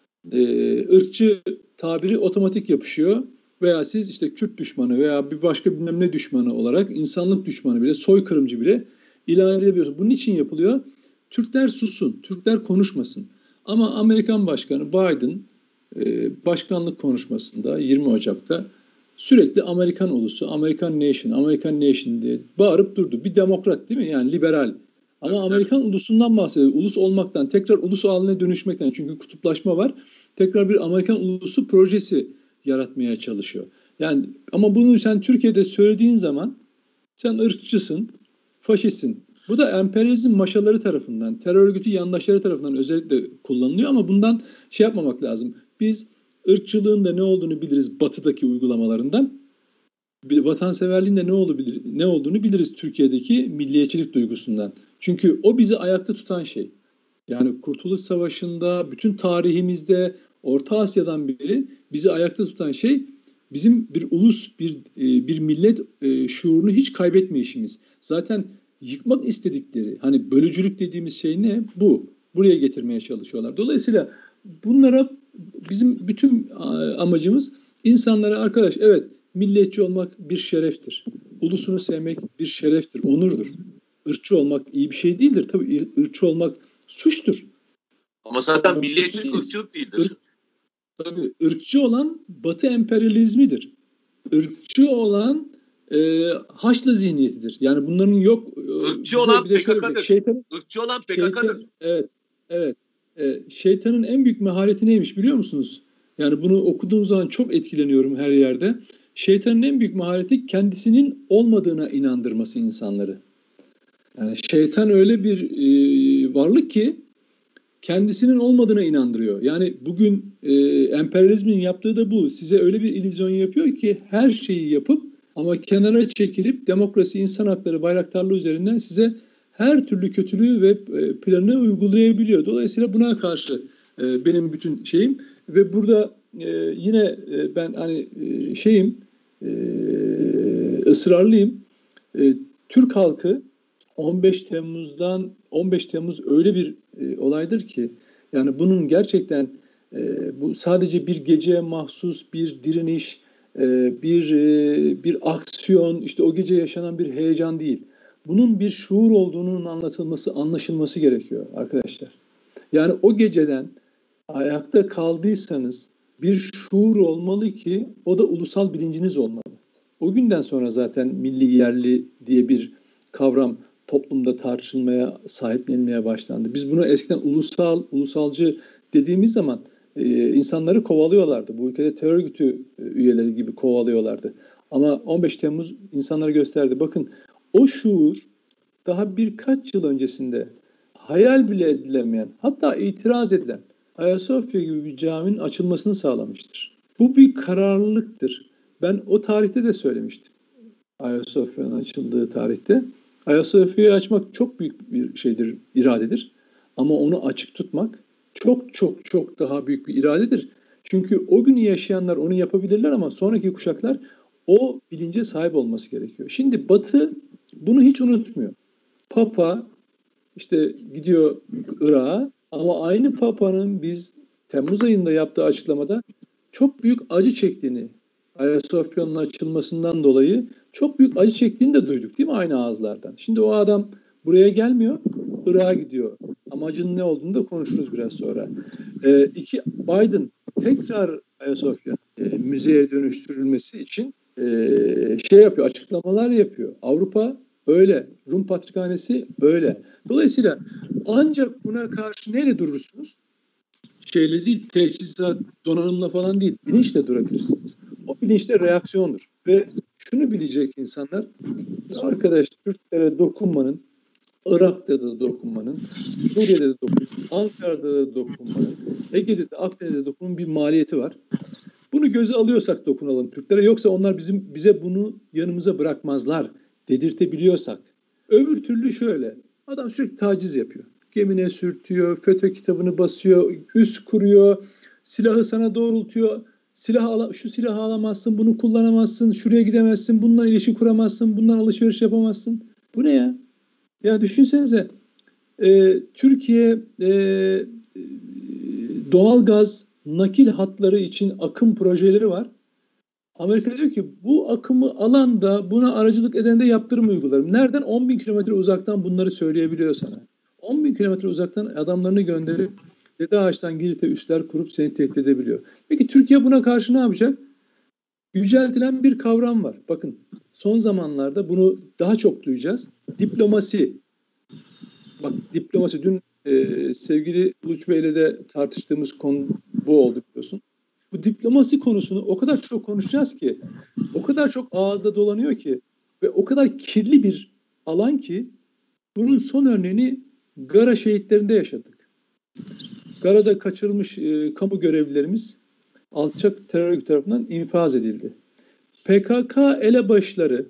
ırkçı tabiri otomatik yapışıyor. Veya siz işte Kürt düşmanı veya bir başka bilmem ne düşmanı olarak insanlık düşmanı bile, soykırımcı bile ilan edebiliyorsunuz. Bunun için yapılıyor. Türkler sussun, Türkler konuşmasın. Ama Amerikan Başkanı Biden başkanlık konuşmasında 20 Ocak'ta sürekli Amerikan ulusu, Amerikan Nation, Amerikan Nation diye bağırıp durdu. Bir demokrat değil mi? Yani liberal. Ama Amerikan ulusundan bahsediyor. Ulus olmaktan, tekrar ulus haline dönüşmekten. Çünkü kutuplaşma var. Tekrar bir Amerikan ulusu projesi yaratmaya çalışıyor. Yani ama bunu sen Türkiye'de söylediğin zaman sen ırkçısın, faşistsin. Bu da emperyalizm maşaları tarafından, terör örgütü yandaşları tarafından özellikle kullanılıyor ama bundan şey yapmamak lazım. Biz ırkçılığın da ne olduğunu biliriz batıdaki uygulamalarından. Vatanseverliğin de ne olduğunu biliriz Türkiye'deki milliyetçilik duygusundan. Çünkü o bizi ayakta tutan şey. Yani Kurtuluş Savaşı'nda, bütün tarihimizde, Orta Asya'dan beri bizi ayakta tutan şey bizim bir ulus, bir millet şuurunu hiç kaybetmeyişimiz. Zaten yıkmak istedikleri, hani bölücülük dediğimiz şey ne? Bu. Buraya getirmeye çalışıyorlar. Dolayısıyla bunlara bizim bütün amacımız insanlara arkadaş evet milliyetçi olmak bir şereftir. Ulusunu sevmek bir şereftir, onurdur. Irkçı olmak iyi bir şey değildir. Tabii ırkçı olmak suçtur. Ama zaten milliyetçilik ırkçılık değildir. Tabii ırkçı olan Batı emperyalizmidir. Irkçı olan Haçlı zihniyetidir. Yani bunların yok. Irkçı olan PKK'dır. Irkçı olan PKK'dır. Evet. Şeytanın en büyük mahareti neymiş biliyor musunuz? Yani bunu okuduğum zaman çok etkileniyorum her yerde. Şeytanın en büyük mahareti kendisinin olmadığına inandırması insanları. Yani şeytan öyle bir varlık ki kendisinin olmadığına inandırıyor. Yani bugün emperyalizmin yaptığı da bu. Size öyle bir illüzyon yapıyor ki her şeyi yapıp ama kenara çekilip demokrasi, insan hakları bayraktarlığı üzerinden size her türlü kötülüğü ve planı uygulayabiliyor. Dolayısıyla buna karşı benim bütün şeyim ve burada yine ben hani ısrarlıyım. Türk halkı 15 Temmuz öyle bir olaydır ki yani bunun gerçekten bu sadece bir geceye mahsus bir direniş, bir aksiyon, işte o gece yaşanan bir heyecan değil. Bunun bir şuur olduğunun anlaşılması gerekiyor arkadaşlar. Yani o geceden ayakta kaldıysanız bir şuur olmalı ki o da ulusal bilinciniz olmalı. O günden sonra zaten milli yerli diye bir kavram toplumda tartışılmaya, sahiplenilmeye başlandı. Biz bunu eskiden ulusalcı dediğimiz zaman insanları kovalıyorlardı. Bu ülkede terör örgütü üyeleri gibi kovalıyorlardı. Ama 15 Temmuz insanlara gösterdi. Bakın o şuur daha birkaç yıl öncesinde hayal bile edilemeyen, hatta itiraz edilen Ayasofya gibi bir caminin açılmasını sağlamıştır. Bu bir kararlılıktır. Ben o tarihte de söylemiştim. Ayasofya'nın açıldığı tarihte. Ayasofya'yı açmak çok büyük bir şeydir, iradedir. Ama onu açık tutmak çok çok çok daha büyük bir iradedir. Çünkü o günü yaşayanlar onu yapabilirler ama sonraki kuşaklar o bilince sahip olması gerekiyor. Şimdi Batı bunu hiç unutmuyor. Papa işte gidiyor Irak'a ama aynı Papa'nın biz Temmuz ayında yaptığı açıklamada çok büyük acı çektiğini, Ayasofya'nın açılmasından dolayı çok büyük acı çektiğini de duyduk değil mi aynı ağızlardan. Şimdi o adam buraya gelmiyor, Irak'a gidiyor. Amacının ne olduğunu da konuşuruz biraz sonra. Biden tekrar Ayasofya müzeye dönüştürülmesi için yapıyor, açıklamalar yapıyor. Avrupa öyle, Rum Patrikhanesi öyle. Dolayısıyla ancak buna karşı neyle durursunuz? Değil, teçhizat, donanımla falan değil, bilinçle durabilirsiniz. O bilinçle reaksiyondur. Ve şunu bilecek insanlar, arkadaş Türklere dokunmanın, Irak'ta da dokunmanın, Suriye'de de dokunmanın, Ankara'da da dokunmanın, Ege'de de Akdeniz'de dokunmanın bir maliyeti var. Bunu göze alıyorsak dokunalım Türklere, yoksa onlar bize bunu yanımıza bırakmazlar dedirtebiliyorsak. Öbür türlü şöyle, adam sürekli taciz yapıyor. Gemine sürtüyor, FETÖ kitabını basıyor, üs kuruyor, silahı sana doğrultuyor. şu silahı alamazsın, bunu kullanamazsın, şuraya gidemezsin, bununla ilişki kuramazsın, bundan alışveriş yapamazsın. Bu ne ya? Ya düşünsenize, Türkiye doğalgaz nakil hatları için akım projeleri var. Amerika diyor ki bu akımı alan da buna aracılık eden de yaptırım uygularım. Nereden? 10.000 kilometre uzaktan bunları söyleyebiliyor sana. 10.000 kilometre uzaktan adamlarını gönderip Dede Ağaç'tan Girit'e üsler kurup seni tehdit edebiliyor. Peki Türkiye buna karşı ne yapacak? Yüceltilen bir kavram var. Bakın son zamanlarda bunu daha çok duyacağız. Diplomasi. Bak diplomasi dün sevgili Uluç Bey'le de tartıştığımız konu bu oldu biliyorsun. Bu diplomasi konusunu o kadar çok konuşacağız ki, o kadar çok ağızda dolanıyor ki ve o kadar kirli bir alan ki bunun son örneğini Gara şehitlerinde yaşadık. Gara'da kaçırılmış kamu görevlilerimiz alçak terör örgütü tarafından infaz edildi. PKK elebaşları,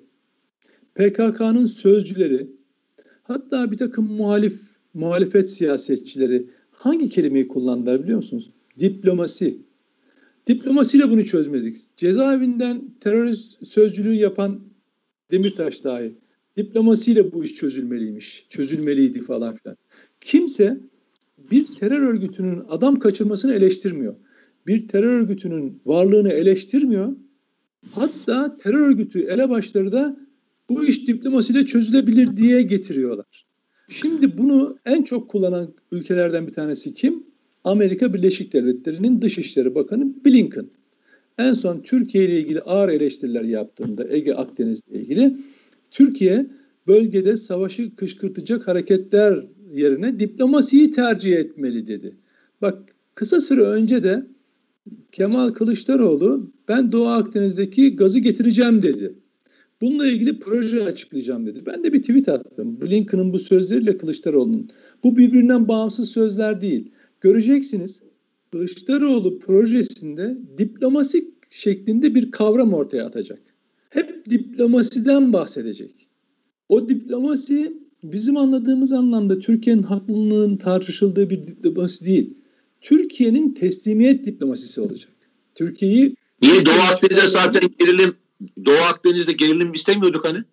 PKK'nın sözcüleri, hatta bir takım muhalefet siyasetçileri hangi kelimeyi kullandılar biliyor musunuz? Diplomasi. Diplomasiyle bunu çözmedik. Cezaevinden terörist sözcülüğü yapan Demirtaş dahi diplomasiyle bu iş çözülmeliymiş, çözülmeliydi falan filan. Kimse bir terör örgütünün adam kaçırmasını eleştirmiyor. Bir terör örgütünün varlığını eleştirmiyor. Hatta terör örgütü elebaşları da bu iş diplomasiyle çözülebilir diye getiriyorlar. Şimdi bunu en çok kullanan ülkelerden bir tanesi kim? Amerika Birleşik Devletleri'nin Dışişleri Bakanı Blinken. En son Türkiye ile ilgili ağır eleştiriler yaptığında Ege Akdeniz ile ilgili Türkiye bölgede savaşı kışkırtacak hareketler yerine diplomasiyi tercih etmeli dedi. Bak kısa süre önce de Kemal Kılıçdaroğlu ben Doğu Akdeniz'deki gazı getireceğim dedi. Bununla ilgili proje açıklayacağım dedi. Ben de bir tweet attım. Blinken'ın bu sözleriyle Kılıçdaroğlu'nun. Bu birbirinden bağımsız sözler değil. Göreceksiniz Kılıçdaroğlu projesinde diplomasi şeklinde bir kavram ortaya atacak. Hep diplomasiden bahsedecek. O diplomasi bizim anladığımız anlamda Türkiye'nin haklılığının tartışıldığı bir diplomasi değil. Türkiye'nin teslimiyet diplomasisi olacak. Türkiye'yi... Niye Doğu Akdeniz'de zaten Doğu Akdeniz'de gerilim istemiyorduk hani?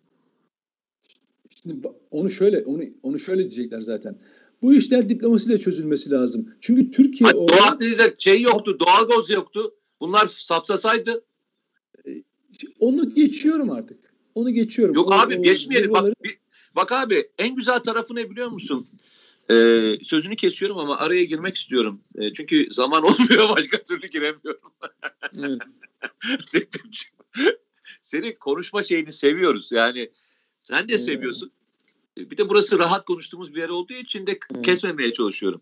Şimdi onu şöyle diyecekler zaten. Bu işler diplomasiyle çözülmesi lazım. Çünkü Türkiye Doğu Akdeniz'de yoktu, doğalgaz yoktu. Bunlar safsasaydı. Onu geçiyorum artık. Onu geçiyorum. Yok abi geçmeyelim. Bak abi en güzel tarafı ne biliyor musun? Sözünü kesiyorum ama araya girmek istiyorum. Çünkü zaman olmuyor başka türlü giremiyorum. Evet. Senin konuşma şeyini seviyoruz. Yani sen de seviyorsun. Bir de burası rahat konuştuğumuz bir yer olduğu için de kesmemeye çalışıyorum.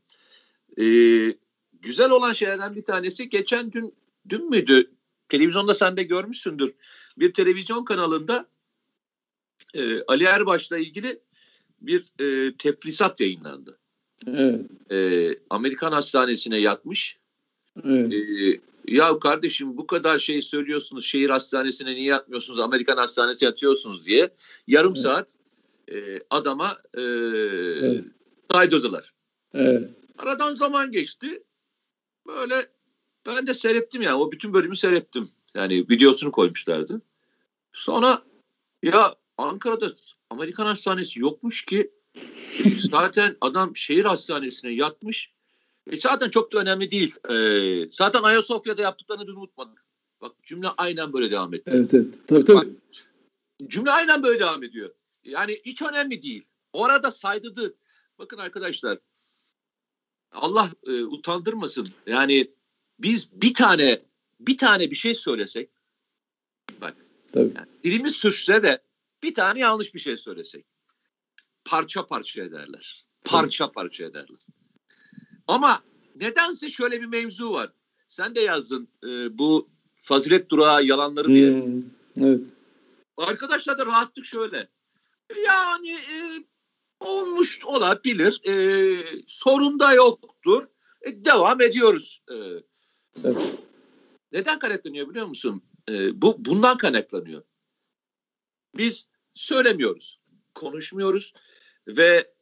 Güzel olan şeylerden bir tanesi geçen dün müydü? Televizyonda sen de görmüşsündür. Bir televizyon kanalında Ali Erbaş'la ilgili bir tefrisat yayınlandı. Evet. Amerikan hastanesine yatmış. Evet. Ya kardeşim bu kadar şey söylüyorsunuz, şehir hastanesine niye yatmıyorsunuz, Amerikan hastanesine yatıyorsunuz diye yarım saat adama saydırdılar. Evet. Aradan zaman geçti. Böyle ben de seyrettim yani. O bütün bölümü seyrettim. Yani videosunu koymuşlardı. Sonra ya Ankara'da Amerikan hastanesi yokmuş ki zaten adam şehir hastanesine yatmış. Zaten çok da önemli değil. Zaten Ayasofya'da yaptıklarını dün unutmadık. Bak cümle aynen böyle devam etti. Evet. Tabii. Bak, cümle aynen böyle devam ediyor. Yani hiç önemli değil. Orada saydırdı. Bakın arkadaşlar Allah utandırmasın. Yani biz bir tane bir şey söylesek bak yani dilimiz sürçse de bir tane yanlış bir şey söylesek parça parça ederler. Parça ederler. Ama nedense şöyle bir mevzu var. Sen de yazdın bu fazilet durağı yalanları diye. Evet. Arkadaşlar da rahatlık şöyle. Yani olmuş olabilir. Sorun da yoktur. Devam ediyoruz. Evet. Neden kaynaklanıyor biliyor musun? Bundan kaynaklanıyor. Biz söylemiyoruz. Konuşmuyoruz. Ve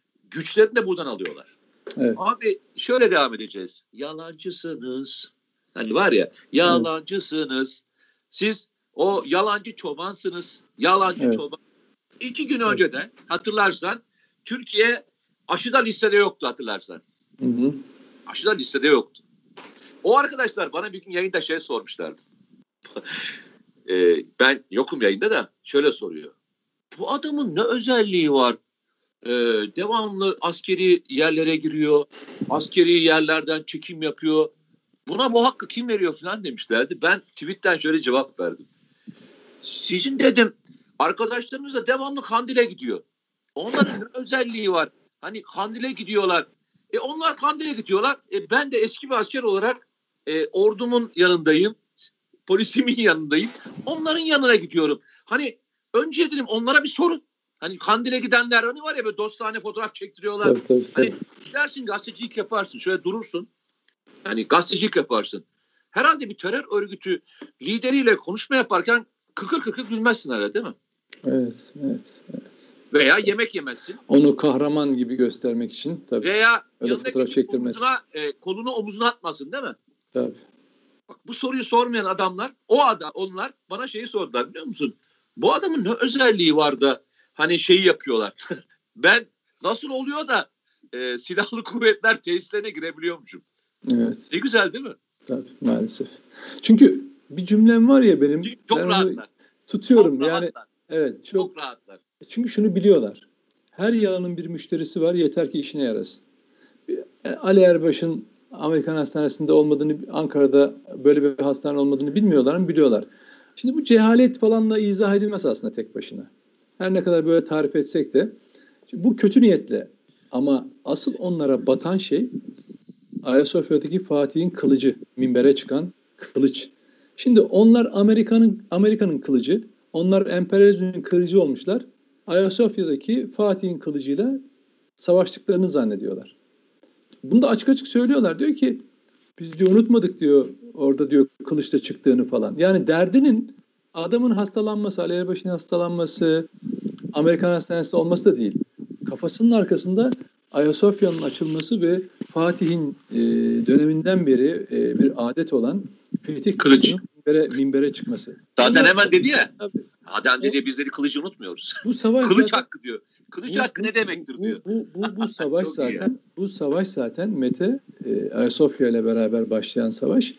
güçlerini de buradan alıyorlar. Evet. Abi şöyle devam edeceğiz. Yalancısınız. Hani var ya, yalancısınız. Siz o yalancı çobansınız. Yalancı çoban. 2 gün önce de hatırlarsan Türkiye aşıda listede yoktu, hatırlarsan. Hı. Aşıda listede yoktu. O arkadaşlar bana bir gün yayında şey sormuşlardı. Ben yokum yayında da şöyle soruyor. Bu adamın ne özelliği var? Devamlı askeri yerlere giriyor. Askeri yerlerden çekim yapıyor. Buna bu hakkı kim veriyor falan demişlerdi. Ben tweetten şöyle cevap verdim. Sizin dedim arkadaşlarımız da devamlı Kandil'e gidiyor. Onların ne özelliği var? Hani Kandil'e gidiyorlar. Onlar Kandil'e gidiyorlar. Ben de eski bir asker olarak ordumun yanındayım. Polisimin yanındayım. Onların yanına gidiyorum. Hani önce dedim onlara bir sorun. Hani Kandil'e gidenler hani var ya, böyle dostane fotoğraf çektiriyorlar. Tabii. Hani gidersin, gazetecilik yaparsın. Şöyle durursun. Hani gazetecilik yaparsın. Herhalde bir terör örgütü lideriyle konuşma yaparken kıkır kıkır gülmezsin herhalde, değil mi? Evet. Veya yemek yemezsin. Onu kahraman gibi göstermek için tabii. Veya öyle fotoğraf çektirmez. Kolunu omuzuna atmasın, değil mi? Tabii. Bak, bu soruyu sormayan adamlar, onlar bana şeyi sordular, biliyor musun? Bu adamın ne özelliği var da hani şeyi yapıyorlar. Ben nasıl oluyor da silahlı kuvvetler tesislerine girebiliyormuşum. Evet. Ne güzel değil mi? Tabii, maalesef. Çünkü bir cümlem var ya benim. Çok ben rahatlar. Tutuyorum çok yani. Rahatlar. Evet. Çok rahatlar. Çünkü şunu biliyorlar. Her yalanın bir müşterisi var. Yeter ki işine yarasın. Ali Erbaş'ın Amerikan hastanesinde olmadığını, Ankara'da böyle bir hastane olmadığını bilmiyorlar mı? Biliyorlar. Şimdi bu cehalet falanla izah edilmez aslında tek başına. Her ne kadar böyle tarif etsek de. Bu kötü niyetle. Ama asıl onlara batan şey Ayasofya'daki Fatih'in kılıcı, minbere çıkan kılıç. Şimdi onlar Amerika'nın kılıcı, onlar emperyalizmin kılıcı olmuşlar. Ayasofya'daki Fatih'in kılıcıyla savaştıklarını zannediyorlar. Bunu da açık açık söylüyorlar. Diyor ki biz diyor unutmadık diyor orada diyor kılıçla çıktığını falan. Yani derdinin adamın hastalanması, Ali Erbaş'ın hastalanması, Amerikan hastanesinde olması da değil. Kafasının arkasında Ayasofya'nın açılması ve Fatih'in döneminden beri bir adet olan Fetih Kılıç. minbere çıkması. Zaten hemen dedi ya. Tabii. Adam dedi biz dedi kılıcı unutmuyoruz. Bu savaş Kılıç zaten, hakkı diyor. Kılıç hakkı ne demektir diyor. Bu savaş zaten Mete Ayasofya ile beraber başlayan savaş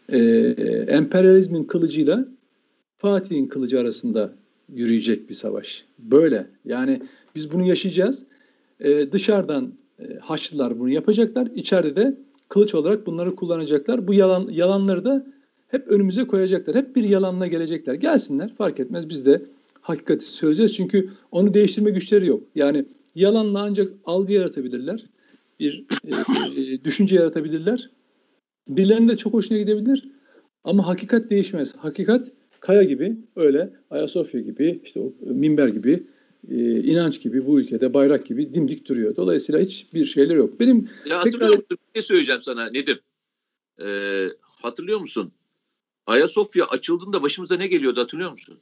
emperyalizmin kılıcıyla Fatih'in kılıcı arasında yürüyecek bir savaş. Böyle. Yani biz bunu yaşayacağız. Dışarıdan Haçlılar bunu yapacaklar. İçeride de kılıç olarak bunları kullanacaklar. Bu yalanları da hep önümüze koyacaklar. Hep bir yalanla gelecekler. Gelsinler, fark etmez. Biz de hakikati söyleyeceğiz. Çünkü onu değiştirme güçleri yok. Yani yalanla ancak algı yaratabilirler. Bir düşünce yaratabilirler. Birilerinin de çok hoşuna gidebilir. Ama hakikat değişmez. Hakikat kaya gibi, öyle Ayasofya gibi, işte o minber gibi, inanç gibi, bu ülkede bayrak gibi dimdik duruyor. Dolayısıyla hiçbir şeyler yok. Benim hatırlıyor musun? Bir şey söyleyeceğim sana Nedim. Hatırlıyor musun? Ayasofya açıldığında başımıza ne geliyordu, hatırlıyor musun?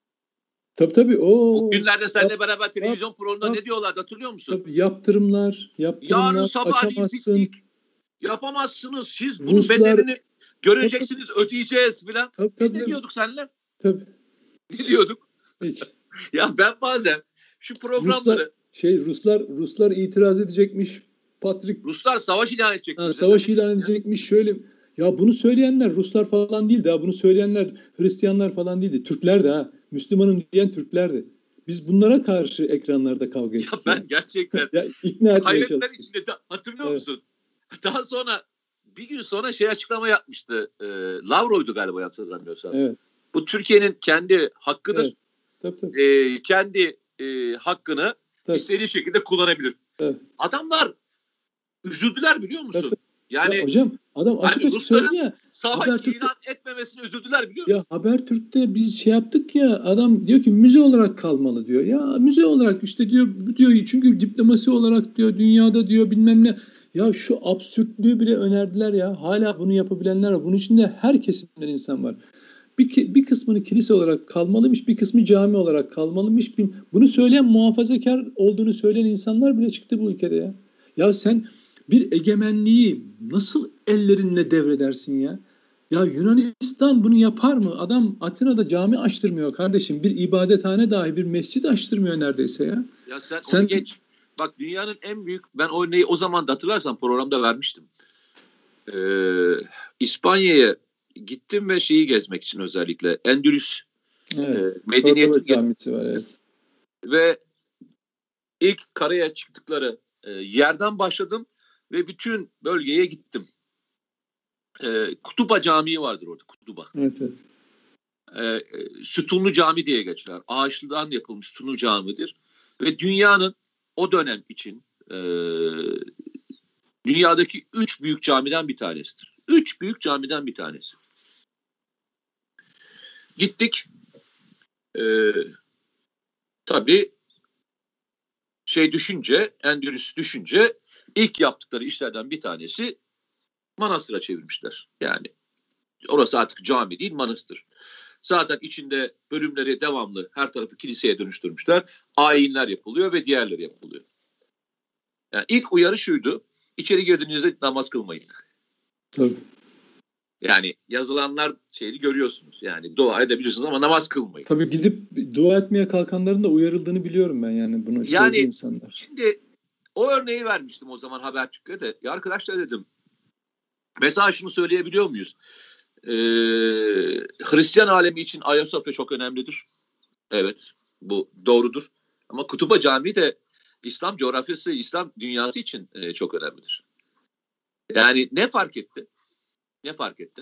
Tabii. O günlerde seninle beraber televizyon programında ne diyorlardı, hatırlıyor musun? Tabii, yaptırımlar yarın sabahleyin açamazsın. bittik. Yapamazsınız. Siz bunun bedelini göreceksiniz, ödeyeceğiz filan. Biz ne diyorduk seninle? Tabii. Ne diyorduk? Hiç. Ya ben bazen şu programları... Ruslar itiraz edecekmiş. Ruslar savaş ilan edecekmiş. Savaş ilan edecekmiş. Şöyle... Ya bunu söyleyenler Ruslar falan değildi. Bunu söyleyenler Hristiyanlar falan değildi. Türkler de ha. Müslümanım diyen Türklerdi. Biz bunlara karşı ekranlarda kavga ettik. Ya ben gerçekten ikna etmeye hayretler içinde hatırlıyor musun? Daha sonra bir gün sonra açıklama yapmıştı. Lavrov'du galiba, hatırlamıyorsam. Evet. Bu Türkiye'nin kendi hakkıdır. Evet. Tabii. Kendi hakkını istediği şekilde kullanabilir. Evet. Adamlar üzüldüler, biliyor musun? Tabii. Yani ya hocam adam açık söylüyor ya. Savaş ilan etmemesine üzüldüler, biliyor musun? Ya Habertürk'te biz yaptık ya, adam diyor ki müze olarak kalmalı diyor. Ya müze olarak işte diyor çünkü diplomasi olarak diyor dünyada diyor bilmem ne. Ya şu absürtlüğü bile önerdiler ya. Hala bunu yapabilenler var. Bunun içinde her kesimden insan var. Bir kısmını kilise olarak kalmalıymış, bir kısmı cami olarak kalmalıymış. Bunu söyleyen, muhafazakar olduğunu söyleyen insanlar bile çıktı bu ülkede ya. Ya sen bir egemenliği nasıl ellerinle devredersin ya? Ya Yunanistan bunu yapar mı? Adam Atina'da cami açtırmıyor kardeşim. Bir ibadethane dahi, bir mescit açtırmıyor neredeyse ya. Ya sen onu Sen geç. Bak dünyanın en büyük, ben o örneği o zaman da hatırlarsan programda vermiştim. İspanya'ya gittim ve şeyi gezmek için, özellikle Endülüs evet, Cordoba medeniyetini camisi var, evet. ve ilk karaya çıktıkları yerden başladım ve bütün bölgeye gittim. Kutuba Camii vardır orada, Kutuba. Evet, evet. Sütunlu cami diye geçer. Ağaçlıdan yapılmış sütunlu camidir. Ve dünyanın o dönem için dünyadaki 3 büyük camiden bir tanesidir. 3 büyük camiden bir tanesi. Gittik. Tabii Endülüs düşünce ilk yaptıkları işlerden bir tanesi manastıra çevirmişler. Yani orası artık cami değil, manastır. Zaten içinde bölümleri devamlı, her tarafı kiliseye dönüştürmüşler. Ayinler yapılıyor ve diğerleri yapılıyor. Yani ilk uyarı şuydu: İçeri girdiğinizde namaz kılmayın. Tabii. Yani yazılanlar şeyini görüyorsunuz. Yani dua edebilirsiniz ama namaz kılmayın. Tabii gidip dua etmeye kalkanların da uyarıldığını biliyorum ben, yani bunu söyledi insanlar. Şimdi o örneği vermiştim o zaman Habertürk'te de. Ya arkadaşlar dedim, mesela şunu söyleyebiliyor muyuz? Hristiyan alemi için Ayasofya çok önemlidir. Evet, bu doğrudur. Ama Kutuba Camii de İslam coğrafyası, İslam dünyası için çok önemlidir. Yani ne fark etti? Ne fark etti?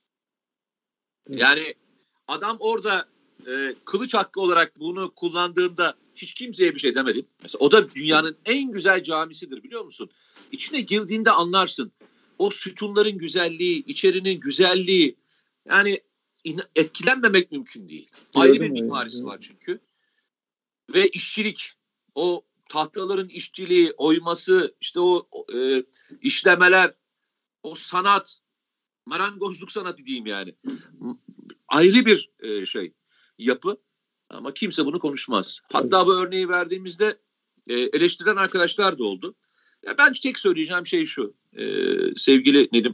Yani adam orada kılıç hakkı olarak bunu kullandığında hiç kimseye bir şey demedi. Mesela o da dünyanın en güzel camisidir, biliyor musun? İçine girdiğinde anlarsın. O sütunların güzelliği, içerinin güzelliği. Yani etkilenmemek mümkün değil. Ayrı bir mimarisi var çünkü. Ve işçilik, o tahtaların işçiliği, oyması, işte o işlemeler, o sanat, marangozluk sanatı diyeyim yani. Ayrı bir yapı, ama kimse bunu konuşmaz. Hatta bu örneği verdiğimizde eleştiren arkadaşlar da oldu. Ya ben tek söyleyeceğim şey şu, sevgili Nedim.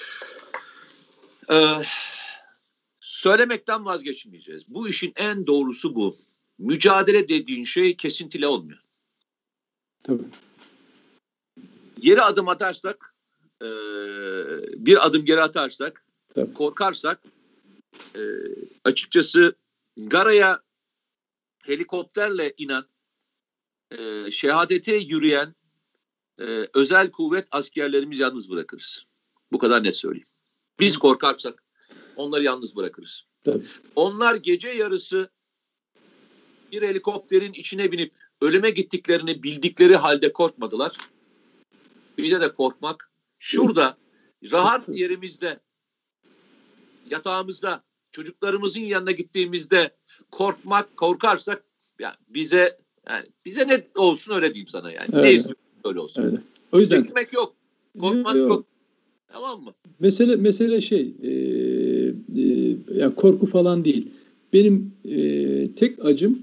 Söylemekten vazgeçmeyeceğiz. Bu işin en doğrusu bu. Mücadele dediğin şey kesintili olmuyor. Tabii. Geri adım atarsak, bir adım geri atarsak, tabii, korkarsak, açıkçası Gara'ya helikopterle inen, şehadete yürüyen özel kuvvet askerlerimiz yalnız bırakırız. Bu kadar net söyleyeyim. Biz korkarsak onları yalnız bırakırız. tabii. Onlar gece yarısı bir helikopterin içine binip ölüme gittiklerini bildikleri halde korkmadılar. Bize de korkmak, şurada rahat yerimizde, yatağımızda, çocuklarımızın yanına gittiğimizde korkarsak, yani bize ne olsun öyle diyeyim sana yani. Evet. Ne istiyorsun öyle olsun. Evet. O yüzden çekmek yok, korkmak yok. Tamam mı? Mesele yani korku falan değil. Benim tek acım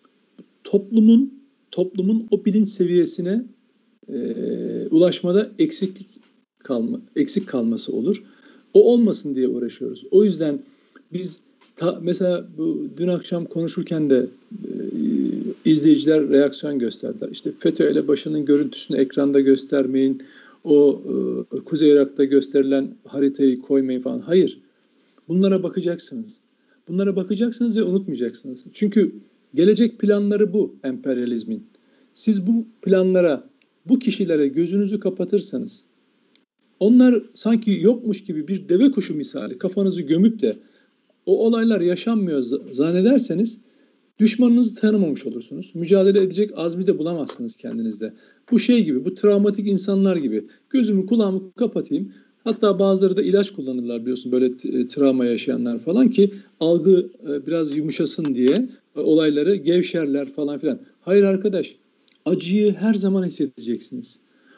toplumun o bilinç seviyesine ulaşmada eksik kalması olur. O olmasın diye uğraşıyoruz. O yüzden biz mesela bu dün akşam konuşurken de izleyiciler reaksiyon gösterdiler. İşte FETÖ elebaşının görüntüsünü ekranda göstermeyin. O Kuzey Irak'ta gösterilen haritayı koymayın falan. Hayır. Bunlara bakacaksınız. Bunlara bakacaksınız ve unutmayacaksınız. Çünkü gelecek planları bu emperyalizmin. Siz bu planlara, bu kişilere gözünüzü kapatırsanız, onlar sanki yokmuş gibi bir deve kuşu misali kafanızı gömüp de o olaylar yaşanmıyor zannederseniz düşmanınızı tanımamış olursunuz. Mücadele edecek azmi de bulamazsınız kendinizde. Bu şey gibi, bu travmatik insanlar gibi. Gözümü kulağımı kapatayım. Hatta bazıları da ilaç kullanırlar biliyorsun, böyle travma yaşayanlar falan, ki algı biraz yumuşasın diye olayları gevşerler falan filan. Hayır arkadaş, acıyı her zaman hissedeceksiniz.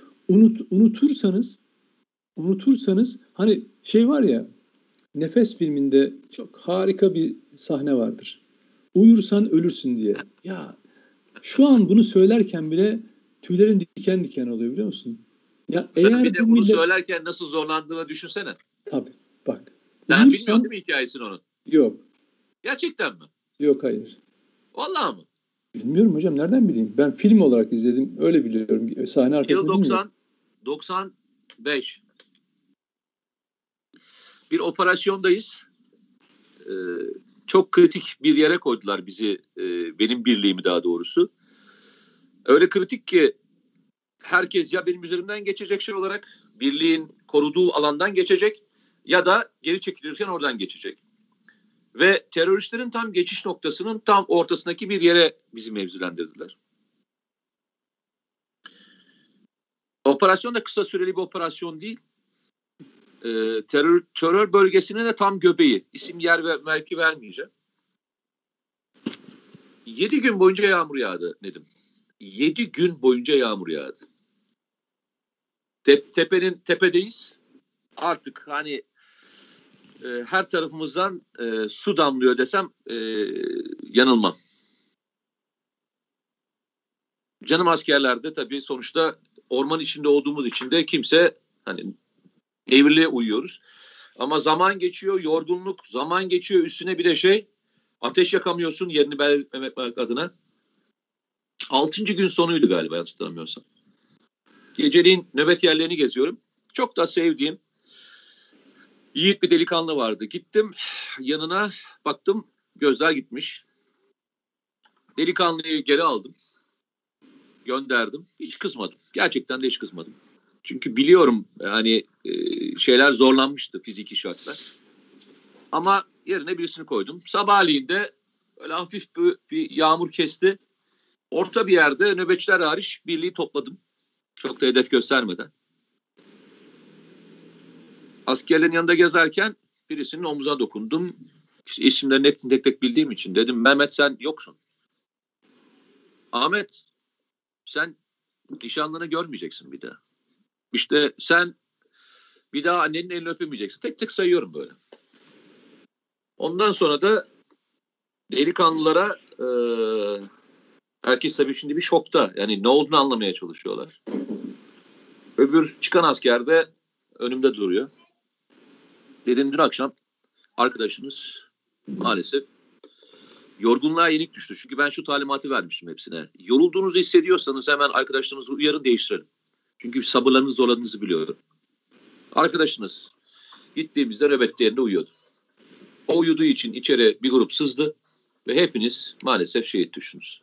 Unutursanız hani şey var ya, Nefes filminde çok harika bir sahne vardır. Uyursan ölürsün diye. Ya şu an bunu söylerken bile tüylerin diken diken oluyor, biliyor musun? Ya Tabii eğer bir de bunu söylerken nasıl zorlandığını düşünsene. Tabii bak. Sen bilmiyorsun Bulursan değil mi hikayesini onun? yok. Gerçekten mi? Yok, hayır. Vallahi mı? Bilmiyorum hocam, nereden bileyim? Ben film olarak izledim. Öyle biliyorum. Sahne Yıl arkasını bilmiyorum. 95. Bir operasyondayız. Ee, Çok kritik bir yere koydular bizi. Benim birliğimi daha doğrusu. Öyle kritik ki herkes ya benim üzerimden geçecek şey olarak birliğin koruduğu alandan geçecek ya da geri çekilirken oradan geçecek. Ve teröristlerin tam geçiş noktasının tam ortasındaki bir yere bizi mevzilendirdiler. Operasyon da kısa süreli bir operasyon değil. Terör bölgesinin de tam göbeği. İsim, yer ve mevki vermeyeceğim. 7 gün boyunca yağmur yağdı Nedim. 7 gün boyunca yağmur yağdı. Tepedeyiz. Artık hani her tarafımızdan su damlıyor desem yanılmam. Canım askerlerde tabii sonuçta orman içinde olduğumuz için de kimse hani devirliğe uyuyoruz. Ama zaman geçiyor, yorgunluk, zaman geçiyor, üstüne bir de ateş yakamıyorsun yerini belirlemek adına. 6. gün sonuydu galiba, yanlış hatırlamıyorsam. Geceliğin nöbet yerlerini geziyorum. Çok da sevdiğim yiğit bir delikanlı vardı. Gittim yanına, baktım gözler gitmiş. Delikanlıyı geri aldım. Gönderdim. Hiç kızmadım. Gerçekten de hiç kızmadım. Çünkü biliyorum yani şeyler zorlanmıştı, fiziki şartlar. Ama yerine birisini koydum. Sabahleyin de öyle hafif bir yağmur kesti. Orta bir yerde nöbetçiler hariç birliği topladım. Çok da hedef göstermeden. Askerlerin yanında gezerken birisinin omzuna dokundum. İşte isimlerini hepsini tek tek bildiğim için dedim, Mehmet sen yoksun. Ahmet sen nişanlını görmeyeceksin bir daha. İşte sen bir daha annenin elini öpemeyeceksin. Tek tek sayıyorum böyle. Ondan sonra da delikanlılara herkes tabii şimdi bir şokta. Yani ne olduğunu anlamaya çalışıyorlar. Öbür çıkan asker de önümde duruyor. Dedim dün akşam arkadaşınız maalesef yorgunluğa yenik düştü. Çünkü ben şu talimatı vermiştim hepsine. Yorulduğunuzu hissediyorsanız hemen arkadaşlarınızı uyarın, değiştirelim. Çünkü sabırlarınızı zorladığınızı biliyorum. Arkadaşınız gittiğimizde nöbet yerinde uyuyordu. O uyuduğu için içeri bir grup sızdı ve hepiniz maalesef şehit düştünüz.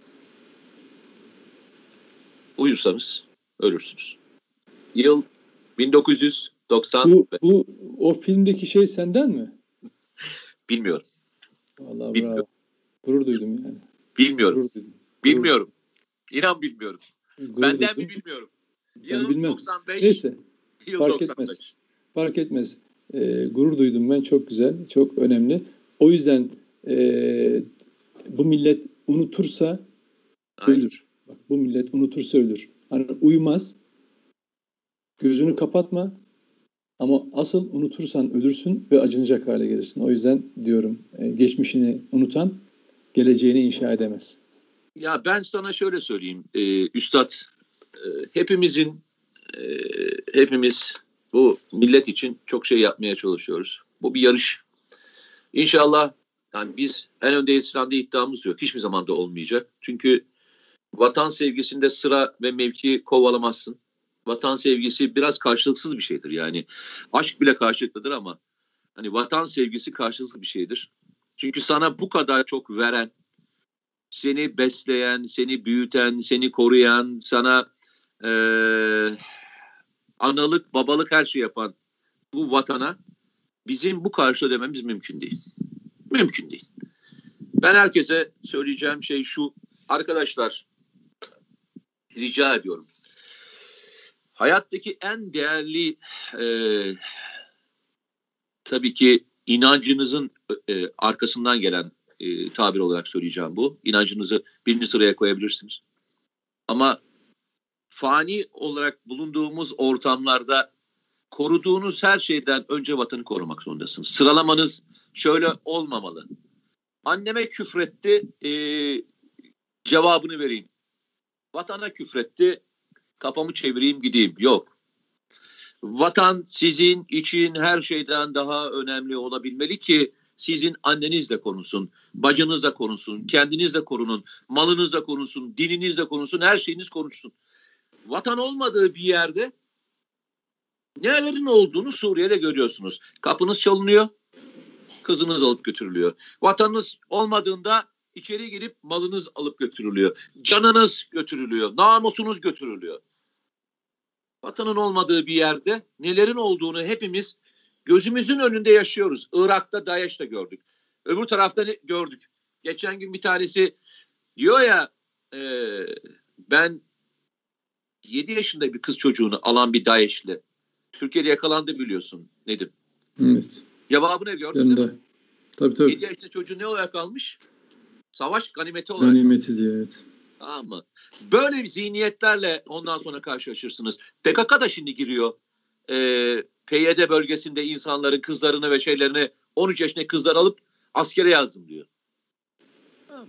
Uyursanız ölürsünüz. Yıl 1990. Bu o filmdeki şey senden mi? Bilmiyorum. Vallahi Bilmiyorum. bravo. Gurur duydum yani. Bilmiyorum. Gurur duydum. Bilmiyorum. İnan bilmiyorum. Gurur Benden duydum. mi bilmiyorum. Ben Yıl bilmem. 95. Neyse. Yıl Fark 95. etmez. Fark etmez. Gurur duydum ben. Çok güzel. Çok önemli. O yüzden bu millet unutursa Aynen. ölür. Bak, bu millet unutursa ölür. Hani uyumaz. Gözünü kapatma. Ama asıl unutursan ölürsün ve acınacak hale gelirsin. O yüzden diyorum, geçmişini unutan geleceğini inşa edemez. Ya ben sana şöyle söyleyeyim. Üstad, hepimiz bu millet için çok şey yapmaya çalışıyoruz. Bu bir yarış. İnşallah yani biz en öndeyiz falan diye iddiamız yok. Hiçbir zaman da olmayacak. Çünkü vatan sevgisinde sıra ve mevki kovalamazsın. Vatan sevgisi biraz karşılıksız bir şeydir. Yani aşk bile karşılıklıdır ama hani vatan sevgisi karşılıksız bir şeydir. Çünkü sana bu kadar çok veren, seni besleyen, seni büyüten, seni koruyan, sana analık, babalık her şey yapan bu vatana bizim bu karşı ödememiz mümkün değil. Mümkün değil. Ben herkese söyleyeceğim şey şu. Arkadaşlar, rica ediyorum. Hayattaki en değerli tabii ki inancınızın arkasından gelen tabir olarak söyleyeceğim bu. İnancınızı birinci sıraya koyabilirsiniz. Ama fani olarak bulunduğumuz ortamlarda koruduğunuz her şeyden önce vatanı korumak zorundasınız. Sıralamanız şöyle olmamalı. Anneme küfretti, cevabını vereyim. Vatana küfretti, kafamı çevireyim gideyim. Yok. Vatan sizin için her şeyden daha önemli olabilmeli ki sizin anneniz de korunsun, bacınız da korunsun, kendiniz de korunun, malınız da korunsun, dininiz de korunsun, her şeyiniz korunsun. Vatan olmadığı bir yerde nelerin olduğunu Suriye'de görüyorsunuz. Kapınız çalınıyor, kızınız alıp götürülüyor. Vatanınız olmadığında içeri girip malınız alıp götürülüyor. Canınız götürülüyor, namusunuz götürülüyor. Vatanın olmadığı bir yerde nelerin olduğunu hepimiz gözümüzün önünde yaşıyoruz. Irak'ta DAEŞ'te gördük. Öbür tarafta gördük. Geçen gün bir tanesi diyor ya ben 7 yaşında bir kız çocuğunu alan bir DAEŞ'li. Türkiye'de yakalandı biliyorsun Nedim. Evet. Cevabı ne gördün değil mi? Tabii. 7 yaşında çocuğu ne olarak almış? Savaş ganimeti olarak. Ganimeti diye, evet. Tamam mı? Böyle bir zihniyetlerle ondan sonra karşılaşırsınız. PKK da şimdi giriyor. PYD bölgesinde insanların kızlarını ve şeylerini 13 yaşındaki kızlar alıp askere yazdım diyor. Tamam.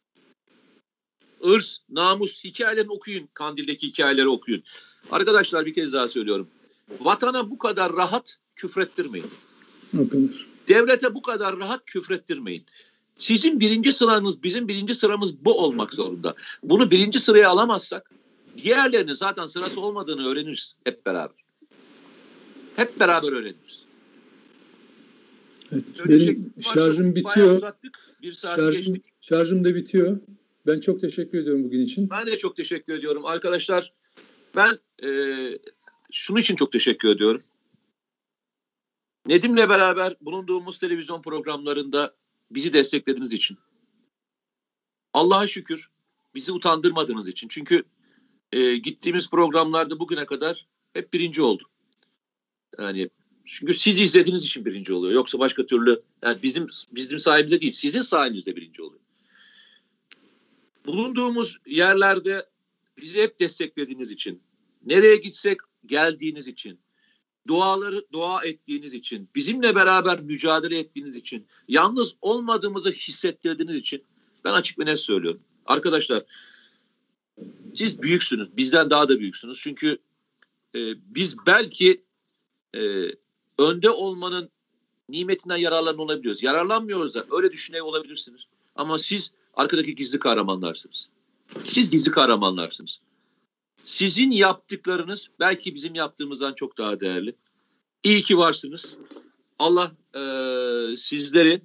Irz, namus hikayelerini okuyun. Kandil'deki hikayeleri okuyun. Arkadaşlar bir kez daha söylüyorum. Vatana bu kadar rahat küfrettirmeyin. O kadar. Devlete bu kadar rahat küfrettirmeyin. Sizin birinci sıranız, bizim birinci sıramız bu olmak zorunda. Bunu birinci sıraya alamazsak diğerlerinin zaten sırası olmadığını öğreniriz hep beraber. Hep beraber öğreniriz. Evet, benim şarjım bitiyor. Uzattık. Bir saat geçtik. Şarjım da bitiyor. Ben çok teşekkür ediyorum bugün için. Ben de çok teşekkür ediyorum. Arkadaşlar ben şunun için çok teşekkür ediyorum. Nedim'le beraber bulunduğumuz televizyon programlarında bizi desteklediğiniz için. Allah'a şükür bizi utandırmadığınız için. Çünkü gittiğimiz programlarda bugüne kadar hep birinci olduk. Yani çünkü siz izlediğiniz için birinci oluyor. Yoksa başka türlü yani bizim sayemizde değil, sizin sayenizde birinci oluyor. Bulunduğumuz yerlerde bizi hep desteklediğiniz için, nereye gitsek geldiğiniz için, dua ettiğiniz için, bizimle beraber mücadele ettiğiniz için, yalnız olmadığımızı hissettirdiğiniz için ben açık ve net söylüyorum. Arkadaşlar siz büyüksünüz. Bizden daha da büyüksünüz. Çünkü biz belki önde olmanın nimetinden yararlanabiliyoruz. Yararlanmıyoruz da öyle düşünüyor olabilirsiniz. Ama siz arkadaki gizli kahramanlarsınız. Siz gizli kahramanlarsınız. Sizin yaptıklarınız belki bizim yaptığımızdan çok daha değerli. İyi ki varsınız. Allah sizleri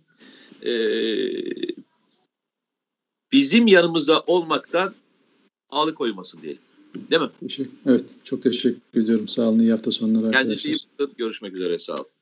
bizim yanımızda olmaktan alıkoymasın diyelim. Değil mi? Evet, çok teşekkür ediyorum. Sağ olun. İyi hafta sonları arkadaşlar. Kendinize iyi bakın. Görüşmek üzere. Sağ olun.